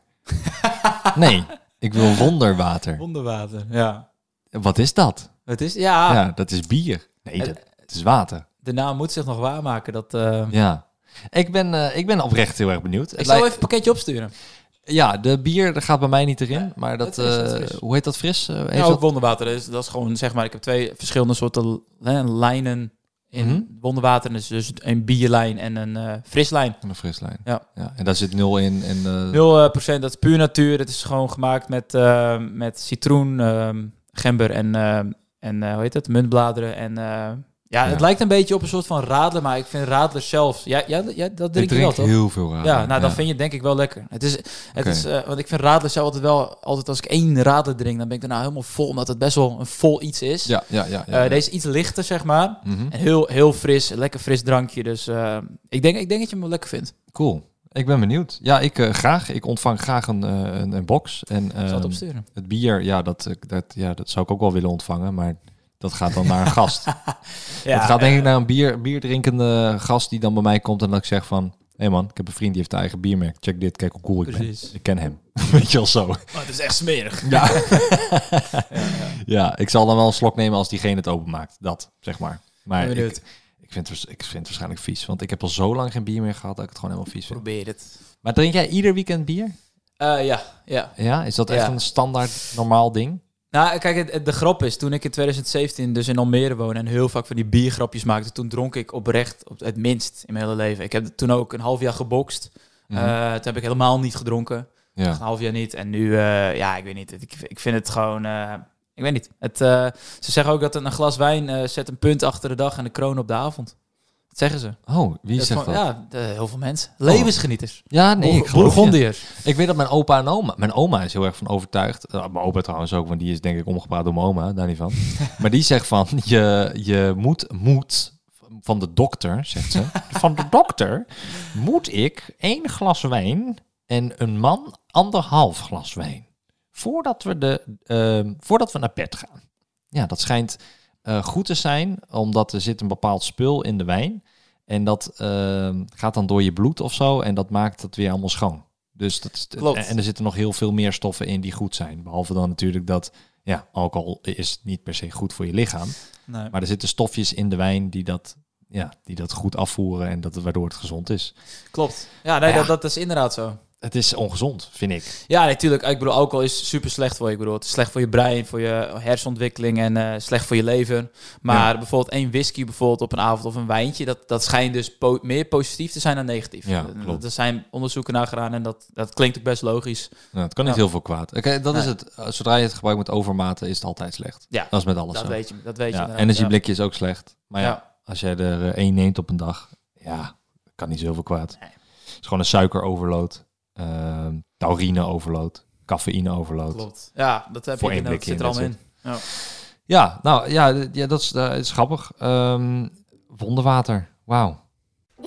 Nee, ik wil wonderwater. Wonderwater, ja. Wat is dat? Het is, ja, Ja, dat is bier. Nee, dat, het is water. de naam moet zich nog waarmaken. Dat, uh... Ja. Ik ben, uh, ik ben oprecht heel erg benieuwd. Ik Het zal lijkt- even een pakketje opsturen. Ja, de bier dat gaat bij mij niet erin. Maar dat, dat is- dat is eh, fris. hoe heet dat fris? Uh, heeft Ja, ook dat... wonderwater. Dus dat is gewoon, zeg maar, ik heb twee verschillende soorten hè, lijnen in Mhm. wonderwater. Dus, dus een bierlijn en een uh, frislijn. Een frislijn. Ja. ja. En daar zit nul in. En, uh... nul procent, dat is puur natuur. Het is gewoon gemaakt met, uh, met citroen, uh, gember en, uh, en uh, hoe heet het? Muntbladeren. En uh, ja, Ja. het lijkt een beetje op een soort van radler, maar ik vind radler zelf... Ja, ja, ja dat ik drink je wel, drink toch? heel veel radler. Ja, nou dan vind je het denk ik wel lekker. Het is, het Oké. is, uh, want ik vind radler zelf altijd wel, altijd als ik één radler drink, dan ben ik daarna helemaal vol, omdat het best wel een vol iets is. Ja, ja, ja. ja, Uh, ja. Deze is iets lichter, zeg maar. Mhm. En heel, heel fris, een lekker fris drankje. Dus uh, ik, denk, ik denk dat je hem wel lekker vindt. Cool. Ik ben benieuwd. Ja, ik uh, graag. Ik ontvang graag een, uh, een, een box. En Ik zal het uh, opsturen. het bier, ja, dat, uh, dat, ja, dat zou ik ook wel willen ontvangen. Maar dat gaat dan naar een gast. Ja, het gaat denk uh, ik naar een bier, bierdrinkende gast die dan bij mij komt en dat ik zeg van... Hé hey man, ik heb een vriend die heeft een eigen biermerk. Check dit, kijk hoe cool ik Precies. ben. Ik ken hem. Weet je wel zo. Oh, het is echt smerig. Ja. ja, ja. Ja, ik zal dan wel een slok nemen als diegene het openmaakt. Dat, zeg maar. Maar Ben ik, benieuwd. ik, vind het, ik vind het waarschijnlijk vies. Want ik heb al zo lang geen bier meer gehad dat ik het gewoon helemaal vies vind. Probeer het. Maar drink jij ieder weekend bier? Uh, ja, ja. Ja, is dat echt Ja. een standaard normaal ding? Nou, kijk, het, het- de grap is, toen ik in twintig zeventien dus in Almere woonde en heel vaak van die biergrapjes maakte, toen dronk ik oprecht op het minst in mijn hele leven. Ik heb toen ook een half jaar gebokst. Mhm. Uh, toen heb ik helemaal niet gedronken. Echt Ja. een half jaar niet. En nu, uh, ja, ik weet niet. Ik, ik vind het gewoon... Uh, ik weet niet. Het, uh, ze zeggen ook dat een glas wijn uh, zet een punt achter de dag en de kroon op de avond. Dat zeggen ze. Oh, wie Dat zegt van- dat? Ja, de- heel veel mensen. Levensgenieters. Ja, nee, ik Bour- geloof je. Bourgondiërs. Ik weet dat mijn opa en oma... Mijn oma is heel erg van overtuigd. Uh, mijn opa trouwens ook, want die is denk ik omgepraat door mijn oma. Daar niet van. Maar die zegt van, je, je moet, moet... Van de dokter, zegt ze. Van de dokter moet ik één glas wijn en een man anderhalf glas wijn. Voordat we, de, uh, voordat we naar bed gaan. Ja, dat schijnt uh, goed te zijn, omdat er zit een bepaald spul in de wijn. En dat uh, gaat dan door je bloed of zo en dat maakt het weer allemaal schoon. Dus dat is, Klopt. en er zitten nog heel veel meer stoffen in die goed zijn. Behalve dan natuurlijk dat ja, alcohol is niet per se goed voor je lichaam. Nee. Maar er zitten stofjes in de wijn die dat, ja, die dat goed afvoeren en dat, waardoor het gezond is. Klopt. Ja, nee, Ja. Dat, dat is inderdaad zo. Het is ongezond, vind ik. Ja, natuurlijk. Ik bedoel, alcohol is super slecht voor je. Ik bedoel, het is slecht voor je brein, voor je hersenontwikkeling en uh, slecht voor je leven. Maar Ja. bijvoorbeeld één whisky bijvoorbeeld op een avond of een wijntje, dat, dat schijnt dus po- meer positief te zijn dan negatief. Ja, Er- klopt. Er zijn onderzoeken naar gedaan en dat, dat klinkt ook best logisch. Nou, het kan niet Ja. heel veel kwaad. Oké, dat is Nee. het. Uh, Zodra je het gebruikt met overmaten, is het altijd slecht. Ja, Dat is met alles dat zo. weet je. Dat weet je Ja, inderdaad, energieblikje is ook slecht. Maar ja, Ja. als jij er uh, één neemt op een dag, ja, kan niet zoveel kwaad. Nee. Het is gewoon een suikeroverload, uh, taurine-overload, cafeïne-overload. Klopt. Ja, dat heb Voor je één inderdaad. blikje Zit er in, allemaal in. that's Ja, nou ja, d- ja dat is, uh, is grappig. Um, wonderwater, wauw.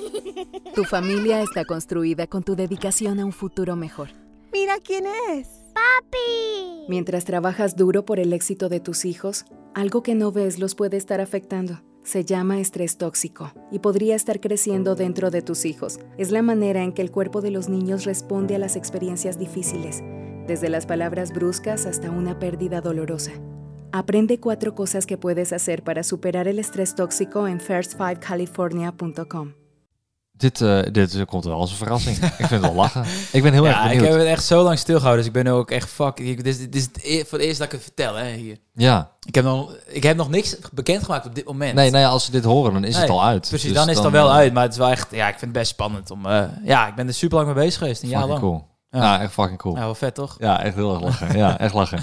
Tu familia está construida con tu dedicación a un futuro mejor. Mira quién es. ¡Papi! Mientras trabajas duro por el éxito de tus hijos, algo que no ves los puede estar afectando. Se llama estrés tóxico y podría estar creciendo dentro de tus hijos. Es la manera en que el cuerpo de los niños responde a las experiencias difíciles, desde las palabras bruscas hasta una pérdida dolorosa. Aprende cuatro cosas que puedes hacer para superar el estrés tóxico en first five california punto com. Dit, uh, dit komt wel als een verrassing. Ik vind het wel lachen. Ik ben heel ja, erg benieuwd. Ik heb het echt zo lang stilgehouden, dus ik ben nu ook echt fuck. Dit is, dit is het e- voor het eerst dat ik het vertel, hè, hier. Ja. Ik heb nog, ik heb nog niks bekendgemaakt op dit moment. Nee, nou ja, als ze dit horen, dan is nee, het al uit. Precies, dus dan is dan, het al wel uh, uit. Maar het is wel echt, ja, ik vind het best spannend om... Uh, ja, ik ben er super lang mee bezig geweest, een jaar lang. Cool. Ja. Ja, echt fucking cool. Ja, wel vet, toch? Ja, echt heel erg lachen. Ja, echt lachen.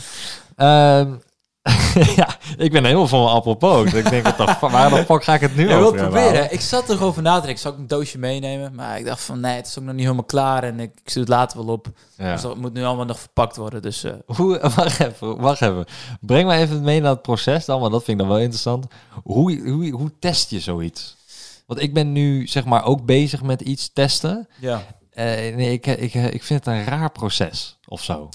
Um, ja, ik ben helemaal van mijn apropos. Ik denk, wat de fuck, waar de fuck ga ik het nu ja, over wel proberen. Ik zat er over na te denken. Zal ik een doosje meenemen? Maar ik dacht van, nee, het is ook nog niet helemaal klaar. En ik, ik zit het later wel op. Ja. Dus dat moet nu allemaal nog verpakt worden. Dus, uh... Hoe, wacht even, wacht even. Breng me even mee naar het proces dan, want dat vind ik dan wel interessant. Hoe, hoe, hoe test je zoiets? Want ik ben nu, zeg maar, ook bezig met iets testen. Ja. Uh, nee, ik, ik, ik vind het een raar proces, of zo.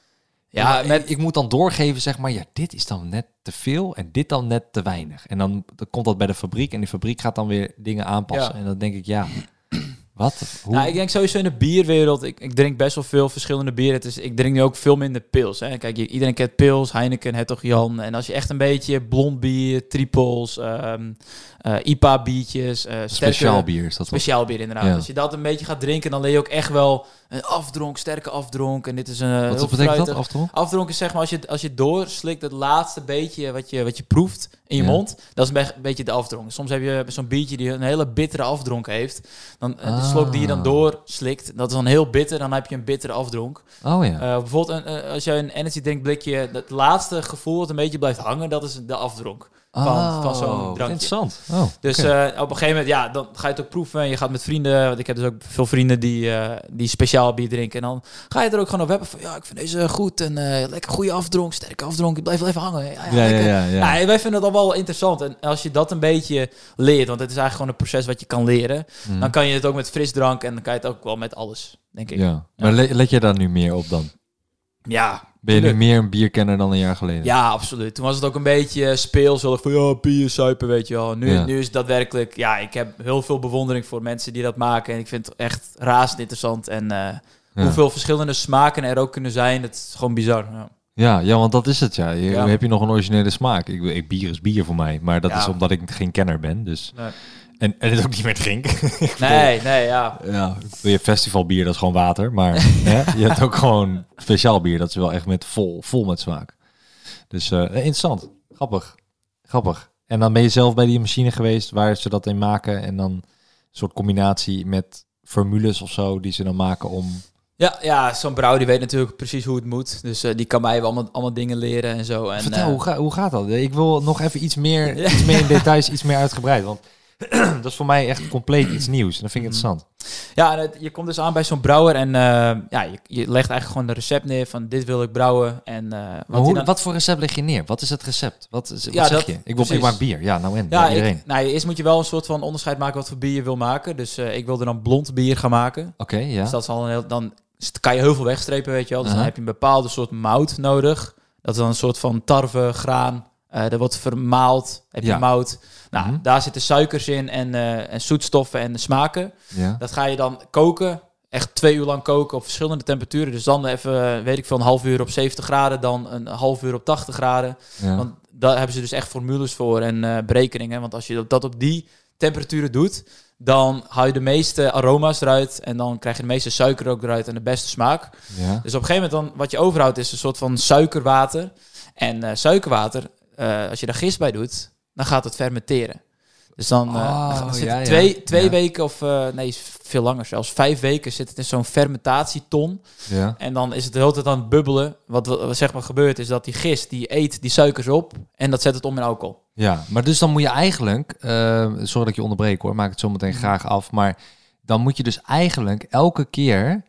Ja, ja, met... ik, ik moet dan doorgeven, zeg maar, ja, dit is dan net te veel en dit dan net te weinig. En dan, dan komt dat bij de fabriek en die fabriek gaat dan weer dingen aanpassen. Ja. En dan denk ik, ja, wat? Hoe? Nou, ik denk sowieso in de bierwereld, ik, ik drink best wel veel verschillende bieren. Het is, ik drink nu ook veel minder pils. Hè. Kijk, iedereen kent pils, Heineken, Hertog Jan. En als je echt een beetje blond bier, triples, um, uh, I P A-biertjes... Uh, speciaal bier is dat Speciaal bier, inderdaad. Ja. Als je dat een beetje gaat drinken, dan leer je ook echt wel een afdronk, sterke afdronk. En dit is een wat heel betekent fruitig. dat, afdronk? Afdronk is zeg maar als je, als je doorslikt het laatste beetje wat je, wat je proeft in je ja. mond. Dat is een beetje de afdronk. Soms heb je zo'n biertje die een hele bittere afdronk heeft. Dan, ah. De slok die je dan doorslikt, dat is dan heel bitter. Dan heb je een bittere afdronk. Oh ja. Uh, bijvoorbeeld een, uh, als je een energy drink blikje, het laatste gevoel dat een beetje blijft hangen, dat is de afdronk. Van, oh, van zo'n drankje. Interessant. Oh, dus okay. uh, op een gegeven moment, ja, dan ga je het ook proeven. Je gaat met vrienden, want ik heb dus ook veel vrienden die, uh, die speciaal bier drinken. En dan ga je er ook gewoon op hebben van, ja, ik vind deze goed. En uh, lekker goede afdronk, sterke afdronk. Ik blijf wel even hangen. Ja, ja, ja, ja, ja, ja. ja, wij vinden dat al wel interessant. En als je dat een beetje leert, want het is eigenlijk gewoon een proces wat je kan leren. Mm. Dan kan je het ook met frisdrank en dan kan je het ook wel met alles, denk ik. Ja, ja. maar let, let je daar nu meer op dan? Ja. Ben je nu meer een bierkenner dan een jaar geleden? Ja, absoluut. Toen was het ook een beetje speels. Van ja, bier, suipen, weet je wel. Nu, ja. nu is het daadwerkelijk... Ja, ik heb heel veel bewondering voor mensen die dat maken. En ik vind het echt razend interessant. En uh, ja. hoeveel verschillende smaken er ook kunnen zijn. Dat is gewoon bizar. Ja. Ja, ja, want dat is het, ja. Je, ja. Heb je nog een originele smaak? Ik, ik, bier is bier voor mij. Maar dat ja. is omdat ik geen kenner ben. Dus... Nee. En, en het ook niet meer drinken. Nee, nee, ja. ja. Je hebt festivalbier, dat is gewoon water. Maar hè, je hebt ook gewoon speciaal bier. Dat is wel echt met vol, vol met smaak. Dus uh, interessant. Grappig. Grappig. En dan ben je zelf bij die machine geweest waar ze dat in maken. En dan een soort combinatie met formules of zo die ze dan maken om... Ja, ja, zo'n brouw die weet natuurlijk precies hoe het moet. Dus uh, die kan mij allemaal, allemaal dingen leren en zo. En, Vertel, uh, hoe, ga, hoe gaat dat? Ik wil nog even iets meer, iets meer in details, iets meer uitgebreid. Want dat is voor mij echt compleet iets nieuws. En dat vind ik interessant. Ja, en je komt dus aan bij zo'n brouwer en uh, ja, je, je legt eigenlijk gewoon een recept neer van dit wil ik brouwen. En, uh, wat, hoe, dan... wat voor recept leg je neer? Wat is het recept? Wat, is, wat ja, zeg dat, je? Ik, wil, ik maak bier. Ja, nou en? Ja, ja, iedereen. Ik, nou, eerst moet je wel een soort van onderscheid maken wat voor bier je wil maken. Dus uh, ik wilde dan blond bier gaan maken. Oké, okay, ja. Dus dat is al een heel, dan kan je heel veel wegstrepen, weet je wel. Dus uh-huh. dan heb je een bepaalde soort mout nodig. Dat is dan een soort van tarwe, graan. Uh, dat wordt vermaald, heb je ja. mout. Nou, mm-hmm. daar zitten suikers in en, uh, en zoetstoffen en smaken. Ja. Dat ga je dan koken. Echt twee uur lang koken op verschillende temperaturen. Dus dan even, weet ik veel, een half uur op zeventig graden. Dan een half uur op tachtig graden. Ja. Want daar hebben ze dus echt formules voor en uh, berekeningen. Want als je dat op die temperaturen doet, dan haal je de meeste aroma's eruit. En dan krijg je de meeste suiker ook eruit en de beste smaak. Ja. Dus op een gegeven moment dan, wat je overhoudt is een soort van suikerwater. En uh, suikerwater, uh, als je daar gist bij doet, dan gaat het fermenteren. Dus dan, uh, oh, dan zit ja, het twee, ja. twee ja. weken of uh, nee, veel langer zelfs. Vijf weken zit het in zo'n fermentatieton. Ja. En dan is het de hele tijd aan het bubbelen. Wat, wat zeg maar gebeurt is dat die gist, die eet die suikers op en dat zet het om in alcohol. Ja, maar dus dan moet je eigenlijk, uh, sorry dat ik je onderbreek hoor, maak het zo meteen graag af. Maar dan moet je dus eigenlijk elke keer,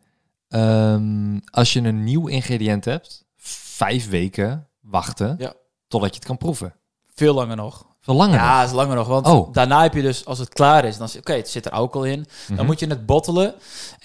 um, als je een nieuw ingrediënt hebt, vijf weken wachten ja. totdat je het kan proeven. Veel langer nog. Veel langer Ja, nog? dat is langer nog. Want Oh. daarna heb je dus, als het klaar is, dan oké, okay, het zit er alcohol in. Mm-hmm. Dan moet je het bottelen.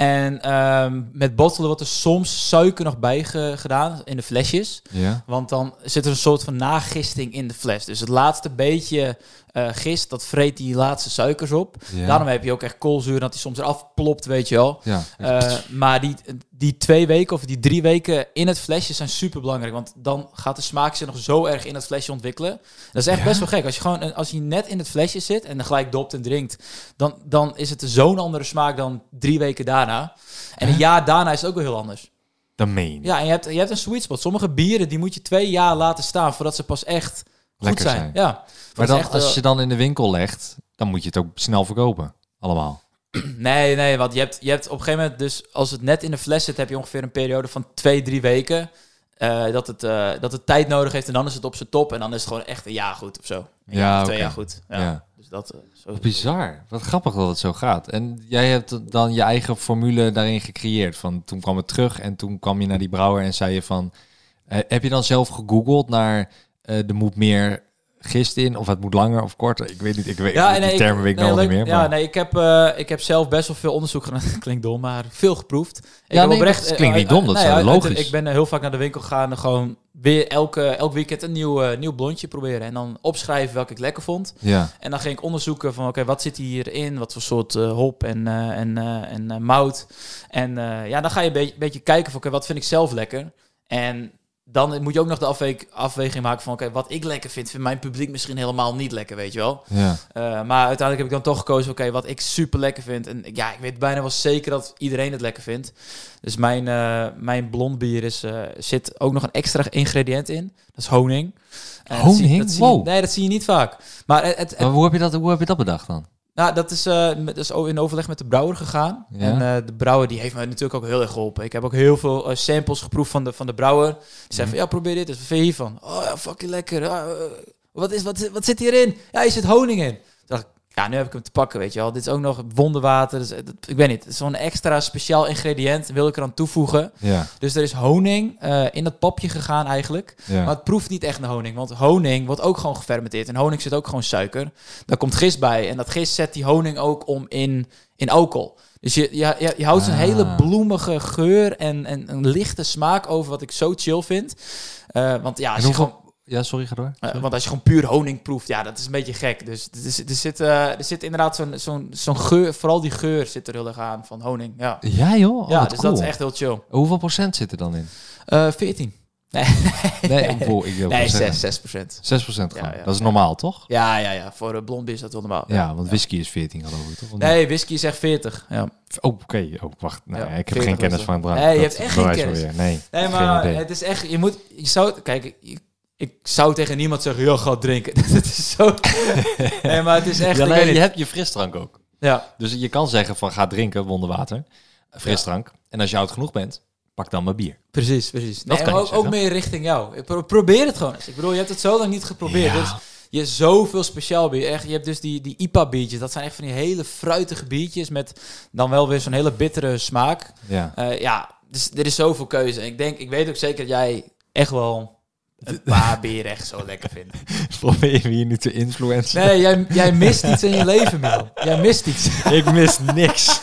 En um, met bottelen wordt er soms suiker nog bij ge- gedaan in de flesjes. Ja. Want dan zit er een soort van nagisting in de fles. Dus het laatste beetje uh, gist, dat vreet die laatste suikers op. Ja. Daarom heb je ook echt koolzuur, dat die soms eraf plopt, weet je wel. Ja. Uh, maar die, die twee weken of die drie weken in het flesje zijn super belangrijk. Want dan gaat de smaak zich nog zo erg in het flesje ontwikkelen. Dat is echt Ja? best wel gek. Als je gewoon als je net in het flesje zit en dan gelijk dopt en drinkt, dan, dan is het zo'n andere smaak dan drie weken daarna. En een jaar daarna is het ook wel heel anders. Dan meen je. Ja, en je hebt, je hebt een sweet spot. Sommige bieren die moet je twee jaar laten staan voordat ze pas echt goed Lekker zijn. zijn. Ja. Maar Dat dan, is echt, als uh, je dan in de winkel legt, dan moet je het ook snel verkopen. Allemaal. Nee, nee, want je hebt, je hebt op een gegeven moment, dus als het net in de fles zit, heb je ongeveer een periode van twee, drie weken uh, dat, het, uh, dat het tijd nodig heeft en dan is het op zijn top en dan is het gewoon echt een jaar goed of zo. Een Ja, jaar of twee oké. jaar goed. Ja. Ja. Dus dat, uh, zo. Wat bizar. Wat grappig dat het zo gaat. En jij hebt dan je eigen formule daarin gecreëerd. Van toen kwam het terug en toen kwam je naar die brouwer en zei je van... Uh, heb je dan zelf gegoogeld naar uh, er moet meer gist in of het moet langer of korter? Ik weet niet, ik weet Ja, die nee, termen ik, weet ik nee, nou al leuk, niet meer. Ja, Maar... nee, ik heb, uh, ik heb zelf best wel veel onderzoek gedaan. Dat klinkt dom, maar veel geproefd. Ik Ja, heb nee, oprecht, dat klinkt uh, niet dom, dat uh, is nee, logisch. uit- Ik ben uh, heel vaak naar de winkel gegaan en gewoon weer elke, elk weekend een nieuw, uh, nieuw blondje proberen. En dan opschrijven welke ik lekker vond. Ja, En dan ging ik onderzoeken van, oké, okay, wat zit hierin? Wat voor soort uh, hop en, uh, en, uh, en uh, mout? En uh, ja, dan ga je een beetje, beetje kijken van, oké, okay, wat vind ik zelf lekker? En dan moet je ook nog de afwe- afweging maken van, oké, okay, wat ik lekker vind, vindt mijn publiek misschien helemaal niet lekker, weet je wel? ja. Uh, maar uiteindelijk heb ik dan toch gekozen, oké, okay, wat ik super lekker vind. En ja, ik weet bijna wel zeker dat iedereen het lekker vindt. Dus mijn, uh, mijn blond bier is, uh, zit ook nog een extra ingrediënt in. Dat is honing. Uh, Honing? Dat zie, dat zie Wow. je, nee, dat zie je niet vaak. Maar het, het, Maar hoe heb je dat, hoe heb je dat bedacht dan? nou, dat is, uh, met, dat is in overleg met de brouwer gegaan. Ja. En uh, de brouwer die heeft me natuurlijk ook heel erg geholpen. Ik heb ook heel veel uh, samples geproefd van de, van de brouwer. Die zei Mhm. van, ja, probeer dit eens. Wat vind je hiervan? Oh ja, fucking lekker. Uh, uh, wat, is, wat, wat zit hierin? Ja, hier zit honing in. Toen dacht ik, ja, nu heb ik hem te pakken, weet je wel. Dit is ook nog wonderwater. Dus, dat, ik weet niet, het is zo'n extra speciaal ingrediënt. Wil ik er aan toevoegen. Ja, Dus er is honing uh, in dat papje gegaan eigenlijk. ja. Maar het proeft niet echt naar honing. Want honing wordt ook gewoon gefermenteerd. En honing zit ook gewoon suiker. Daar komt gist bij. En dat gist zet die honing ook om in, in alcohol. Dus je, je, je, je houdt zo'n Ah. hele bloemige geur en, en een lichte smaak over wat ik zo chill vind. Uh, want ja, als En je hoeveel... gewoon... Ja, sorry, ga door. Uh, want als je gewoon puur honing proeft, ja, dat is een beetje gek. Dus er, is, er, zit, uh, er zit inderdaad zo'n zo'n zo'n geur, vooral die geur zit er heel erg aan van honing. Ja, Ja joh, oh, ja wat dus cool. dat is echt heel chill. Hoeveel procent zit er dan in? Uh, veertien. Nee, Nee, hoeveel, ik wil nee zeggen. zes, zes procent. zes procent gewoon. Ja, ja. Dat is normaal, toch? Ja, ja, ja. Voor uh, blond bier is dat wel normaal. Ja, want whisky is veertien geloof ik, toch? Of Nee, whisky is echt veertig. Ja. niet? Oh, oké. Oh, wacht. Nee, Ja, ik heb veertig geen was kennis het. van drank. Nee, je Dat hebt echt geen bewijst kennis. wel weer. Nee, Nee, maar geen idee. het is echt... Je moet... Je zou... Kijk, ik, ik zou tegen niemand zeggen... Joh, ga drinken. Dat is zo... Nee, maar het is echt... Ja, ik nee, weet je niet. hebt je frisdrank ook. Ja. Dus je kan zeggen van ga drinken, wonderwater, frisdrank. En als je oud genoeg bent, pak dan maar bier. Precies, precies. Nee, kan je maar ook, ook zeggen. meer richting jou. Ik pro- probeer het gewoon eens. Ik bedoel, je hebt het zo lang niet geprobeerd. Ja. Dus je hebt zoveel speciaal bier. Echt, je hebt dus die, die I P A-biertjes. Dat zijn echt van die hele fruitige biertjes... met dan wel weer zo'n hele bittere smaak. Ja. Uh, ja, dus er is zoveel keuze. En ik denk, ik weet ook zeker dat jij echt wel een paar bieren echt zo lekker vindt. Probeer je hier nu te influencen? Nee, jij, jij mist iets in je leven, Milan. Jij mist iets. Ik mis niks.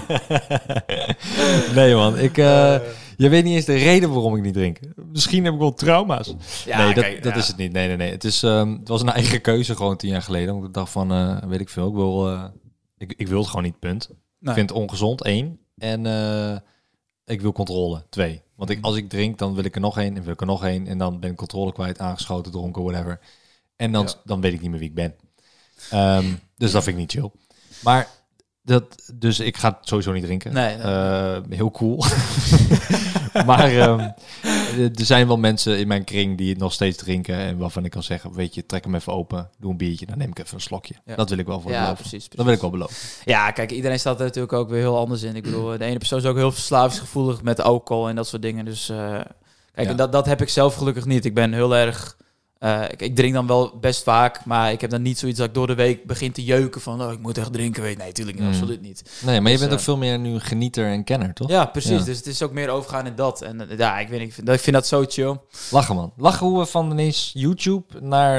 Nee man, ik... Uh, je weet niet eens de reden waarom ik niet drink. Misschien heb ik wel trauma's. Ja, nee, dat, kijk, dat ja. is het niet. Nee, nee, nee. Het, is, um, het was een eigen keuze gewoon tien jaar geleden. Want ik dacht van, uh, weet ik veel, ik wil, uh, ik, ik wil het gewoon niet, punt. Nee. Ik vind het ongezond, één. En uh, ik wil controle, twee. Want ik, als ik drink, dan wil ik er nog één en wil ik er nog één. En dan ben ik controle kwijt, aangeschoten, dronken, whatever. En dan, Ja. dan weet ik niet meer wie ik ben. Um, dus dat vind ik niet chill. Maar... Dat, dus ik ga het sowieso niet drinken. Nee, nee. Uh, heel cool. Maar um, er zijn wel mensen in mijn kring die het nog steeds drinken. En waarvan ik kan zeggen, weet je, trek hem even open. Doe een biertje, dan neem ik even een slokje. Ja. Dat wil ik wel voor Ja, beloven. precies, precies. Dat wil ik wel beloven. Ja, kijk, iedereen staat er natuurlijk ook weer heel anders in. Ik bedoel, de ene persoon is ook heel verslavingsgevoelig met alcohol en dat soort dingen. Dus uh, kijk, Ja. en dat, dat heb ik zelf gelukkig niet. Ik ben heel erg... Uh, ik, ik drink dan wel best vaak, maar ik heb dan niet zoiets dat ik door de week begin te jeuken van, oh, ik moet echt drinken. Weet nee, natuurlijk niet, Mm. absoluut niet. Nee, maar je Dus, bent uh, ook veel meer nu genieter en kenner, toch? Ja, precies. Ja. Dus het is ook meer overgaan in dat. En uh, ja, ik weet niet, ik vind, ik vind dat zo chill. Lachen, man. Lachen hoe we van ineens YouTube naar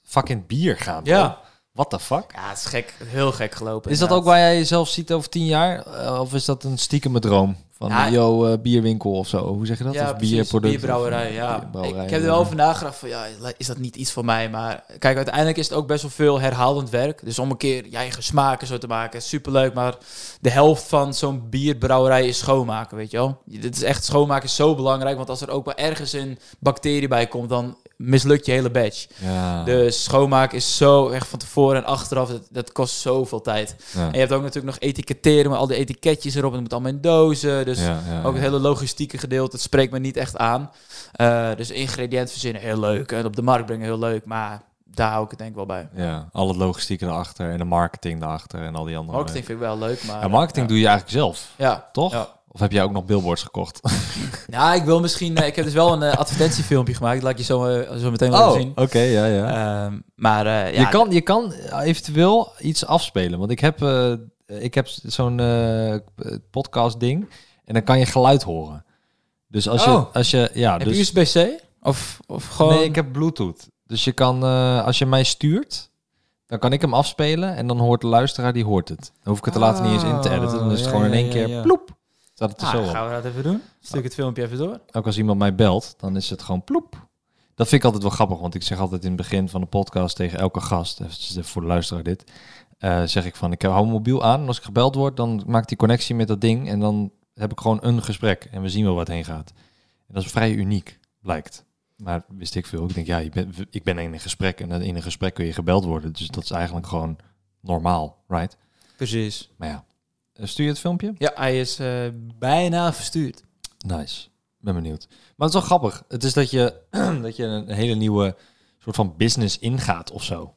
fucking bier gaan. Ja. Bro. What the fuck? Ja, het is gek. Heel gek gelopen. Is dat ook waar jij jezelf ziet over tien jaar? Uh, of is dat een stiekeme droom? Van, ja, yo, uh, bierwinkel of zo. Hoe zeg je dat? Ja, of bierproduct? Bierbrouwerij, ja. Bierbrouwerij, ik, ik heb er wel over nagedacht van, ja, is dat niet iets voor mij? Maar kijk, uiteindelijk is het ook best wel veel herhalend werk. Dus om een keer je eigen smaken zo te maken, is superleuk. Maar de helft van zo'n bierbrouwerij is schoonmaken, weet je wel? Dit is echt, schoonmaken is zo belangrijk. Want als er ook maar ergens een bacterie bij komt, dan mislukt je hele batch. Ja. Dus schoonmaken is zo echt van tevoren en achteraf. Dat, dat kost zoveel tijd. Ja. En je hebt ook natuurlijk nog etiketteren met al die etiketjes erop. En het moet allemaal in dozen. Dus Ja, ja, ook het ja. hele logistieke gedeelte, dat spreekt me niet echt aan. Uh, dus ingrediënten verzinnen, heel leuk. En op de markt brengen, heel leuk. Maar daar hou ik het denk ik wel bij. Ja, al het logistiek erachter en de marketing erachter en al die andere... Marketing vind ik wel leuk, maar... Ja, marketing ja. doe je eigenlijk zelf, Ja. toch? Ja. Of heb jij ook nog billboards gekocht? Nou, ik wil misschien... Uh, ik heb dus wel een uh, advertentiefilmpje gemaakt. Dat laat ik je zo, uh, zo meteen wel Oh, zien. oké, okay, ja, ja. Uh, maar uh, ja... Je kan, je kan eventueel iets afspelen. Want ik heb, uh, ik heb zo'n uh, podcast ding en dan kan je geluid horen. Dus als Oh. je... Als je ja, Heb dus, je U S B C? Of, of gewoon... Nee, ik heb Bluetooth. Dus je kan, uh, als je mij stuurt, dan kan ik hem afspelen en dan hoort de luisteraar, die hoort het. Dan hoef ik het er later niet eens in te editen. Dan is het ja, gewoon in ja, één ja, keer ja. ploep. Staat het er Ah, zo op. gaan we dat even doen? Stuk het filmpje even door. Ook als iemand mij belt, dan is het gewoon ploep. Dat vind ik altijd wel grappig, want ik zeg altijd in het begin van de podcast tegen elke gast, even voor de luisteraar dit, uh, zeg ik van, ik hou mijn mobiel aan en als ik gebeld word, dan maakt die connectie met dat ding en dan heb ik gewoon een gesprek en we zien wel wat heen gaat. En dat is vrij uniek, blijkt. Maar wist ik veel. Ik denk, ja, je bent, ik ben in een gesprek en in een gesprek kun je gebeld worden. Dus dat is eigenlijk gewoon normaal, right? Precies. Maar ja, stuur je het filmpje? Ja, hij is uh, bijna verstuurd. Nice. Ben benieuwd. Maar het is wel grappig. Het is dat je, dat je een hele nieuwe soort van business ingaat of zo.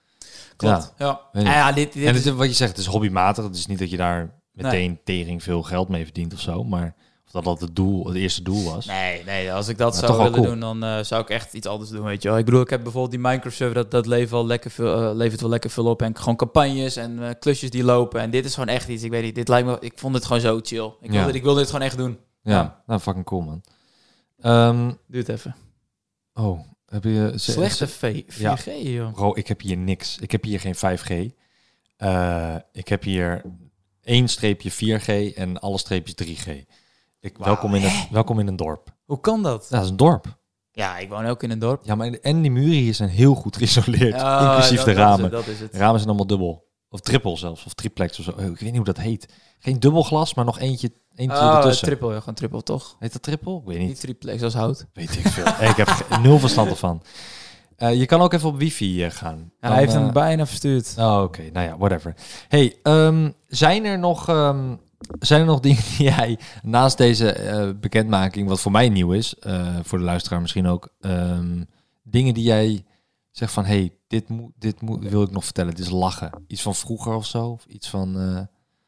Klopt. Ja. Ja. Ja. Ja, dit, dit en het, is... wat je zegt, het is hobbymatig. Het is niet dat je daar meteen nee. tering veel geld mee verdient of zo. Maar of dat dat het doel, het eerste doel was. Nee, nee, als ik dat maar zou willen cool. doen, dan uh, zou ik echt iets anders doen, weet je wel. Ik bedoel, ik heb bijvoorbeeld die Minecraft server, dat, dat levert, wel lekker veel, uh, levert wel lekker veel op. En gewoon campagnes en uh, klusjes die lopen. En dit is gewoon echt iets, ik weet niet, dit lijkt me, ik vond het gewoon zo chill. Ik wilde, ja. ik wilde dit gewoon echt doen. Ja, ja. Nou, fucking cool, man. Um, Doe het even. Oh, heb je... Slechte vier G, ja. joh. Bro, ik heb hier niks. Ik heb hier geen vijf G. Uh, ik heb hier één streepje vier G en alle streepjes drie G. Ik, wow, welkom, in het, welkom in een dorp. Hoe kan dat? Ja, dat is een dorp. Ja, ik woon ook in een dorp. Ja, maar en die muren hier zijn heel goed geïsoleerd. Ja, inclusief dat, de ramen. Dat is het, dat is het. De ramen zijn allemaal dubbel. Of triple zelfs. Of triplex of zo. Ik weet niet hoe dat heet. Geen dubbel glas, maar nog eentje, eentje oh, ertussen. Triple, ja, gewoon triple toch? Heet dat triple? Ik weet niet. Niet triplex als hout. Weet ik veel. Ik heb nul verstand ervan. Uh, je kan ook even op wifi uh, gaan. Ja, Dan, hij heeft uh, hem bijna verstuurd. Oh, oké. Okay. Nou ja, whatever. Hey, um, zijn er nog... Um, Zijn er nog dingen die jij naast deze uh, bekendmaking, wat voor mij nieuw is, uh, voor de luisteraar misschien ook, um, dingen die jij zegt van, hey, dit, moet, dit moet, wil ik nog vertellen, dit is lachen. Iets van vroeger of zo? Of iets van... Uh...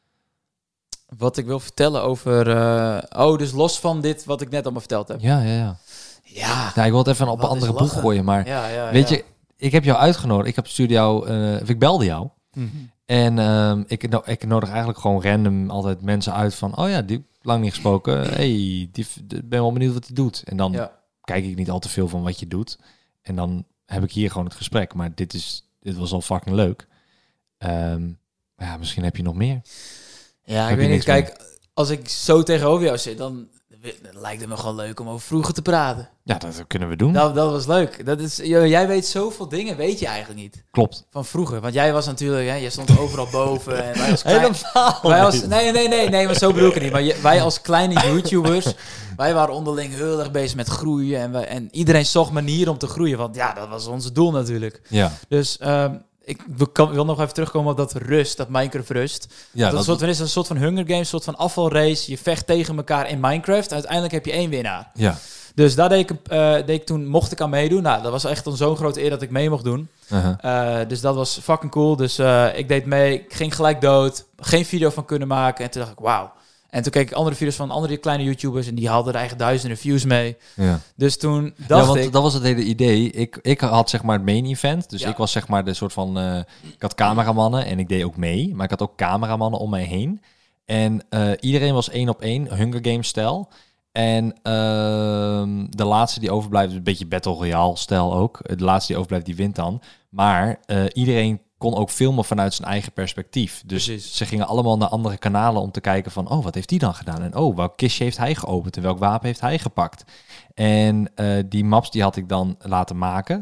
Wat ik wil vertellen over... Uh, oh, dus los van dit wat ik net allemaal verteld heb. Ja, ja, ja. Ja. Nou, ik wil het even op een andere boeg gooien, maar ja, ja, weet ja. je, ik heb jou uitgenodigd, ik heb stuurde jou, uh, of ik belde jou. Mm-hmm. En um, ik, no- ik nodig eigenlijk gewoon random altijd mensen uit van... oh ja, die lang niet gesproken. Hey, die, ben wel benieuwd wat hij doet. En dan ja. kijk ik niet al te veel van wat je doet. En dan heb ik hier gewoon het gesprek. Maar dit, is, dit was al fucking leuk. Um, ja, misschien heb je nog meer. Ja, heb ik weet niet. Meer? Kijk, als ik zo tegenover jou zit... dan lijkt het me gewoon leuk om over vroeger te praten. Ja, dat kunnen we doen. Dat, dat was leuk. Dat is, jij weet zoveel dingen, weet je eigenlijk niet. Klopt. Van vroeger. Want jij was natuurlijk, hè, jij stond overal boven. En wij als klein, Helemaal wij als, nee, nee, nee, nee, maar zo bedoel ik het niet. Maar je, wij als kleine YouTubers, wij waren onderling heel erg bezig met groeien. En, wij, en iedereen zocht manieren om te groeien. Want ja, dat was ons doel natuurlijk. Ja. Dus... Um, Ik wil nog even terugkomen op dat rust, dat Minecraft rust. Ja, dat, dat soort van is een soort van Hunger Games, een soort van afvalrace. Je vecht tegen elkaar in Minecraft. En uiteindelijk heb je één winnaar. Ja. Dus daar deed ik, uh, deed ik toen, mocht ik aan meedoen. Nou, dat was echt een zo'n grote eer dat ik mee mocht doen. Uh-huh. Uh, dus dat was fucking cool. Dus uh, ik deed mee, ik ging gelijk dood. Geen video van kunnen maken. En toen dacht ik, wauw. En toen keek ik andere video's van andere kleine YouTubers en die hadden er eigenlijk duizenden views mee. Ja. Dus toen dacht ja, want ik... dat was het hele idee. Ik, ik had zeg maar het main event. Dus ja. ik was zeg maar de soort van... Uh, ik had cameramannen en ik deed ook mee. Maar ik had ook cameramannen om mij heen. En uh, iedereen was één op één, Hunger Games stijl. En uh, de laatste die overblijft, een beetje Battle Royale-stijl ook. De laatste die overblijft, die wint dan. Maar uh, iedereen kon ook filmen vanuit zijn eigen perspectief. Dus Precies. ze gingen allemaal naar andere kanalen om te kijken van... oh, wat heeft die dan gedaan? En oh, welk kistje heeft hij geopend? En welk wapen heeft hij gepakt? En uh, die maps die had ik dan laten maken.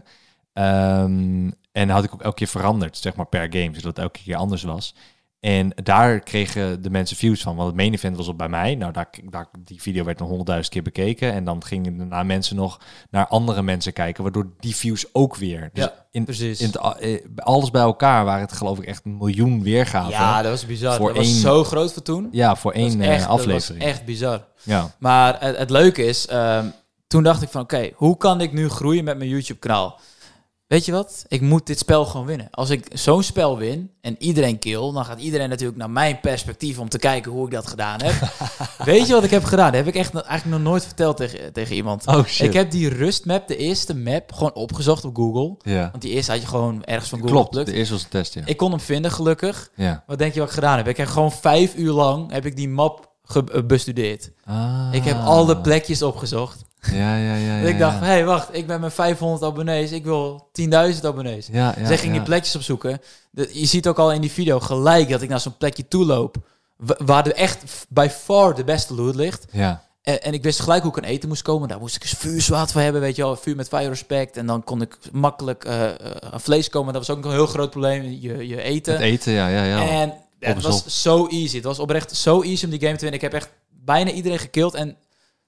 Um, en had ik ook elke keer veranderd, zeg maar, per game. Zodat het elke keer anders was. En daar kregen de mensen views van. Want het main event was op bij mij. Nou, daar, daar, die video werd nog honderdduizend keer bekeken. En dan gingen daarna mensen nog naar andere mensen kijken. Waardoor die views ook weer. Dus ja, in, precies. In het, alles bij elkaar waren het geloof ik echt een miljoen weergaven. Ja, dat was bizar. Voor dat één, was zo groot voor toen. Ja, voor dat één echt, aflevering. Dat was echt bizar. Ja. Maar het, het leuke is... Um, toen dacht ik van, oké, okay, hoe kan ik nu groeien met mijn YouTube-kanaal? Weet je wat? Ik moet dit spel gewoon winnen. Als ik zo'n spel win en iedereen kill, dan gaat iedereen natuurlijk naar mijn perspectief om te kijken hoe ik dat gedaan heb. Weet je wat ik heb gedaan? Dat heb ik echt eigenlijk nog nooit verteld tegen, tegen iemand. Oh, shit. Ik heb die rustmap, de eerste map, gewoon opgezocht op Google. Ja. Want die eerste had je gewoon ergens van Google Klopt, geplukt. de eerste was een test, ja. Ik kon hem vinden, gelukkig. Ja. Wat denk je wat ik gedaan heb? Ik heb gewoon vijf uur lang heb ik die map ge- bestudeerd. Ah. Ik heb al de plekjes opgezocht. Ja, ja, ja. Dus ik ja, dacht, ja. hé, hey, wacht, ik ben met vijfhonderd abonnees, ik wil tienduizend abonnees. Ja, ja, dus ik ging ja. die plekjes opzoeken. De, je ziet ook al in die video gelijk dat ik naar zo'n plekje toe loop, w- waar er echt by far de beste loot ligt. Ja. En, en ik wist gelijk hoe ik aan eten moest komen. Daar moest ik een vuurzwaard voor hebben, weet je wel, vuur met fire respect. En dan kon ik makkelijk uh, uh, aan vlees komen. Dat was ook een heel groot probleem, je, je eten. Het eten, ja, ja, ja. En ja, het was zo easy. Het was oprecht zo easy om die game te winnen. Ik heb echt bijna iedereen gekild en...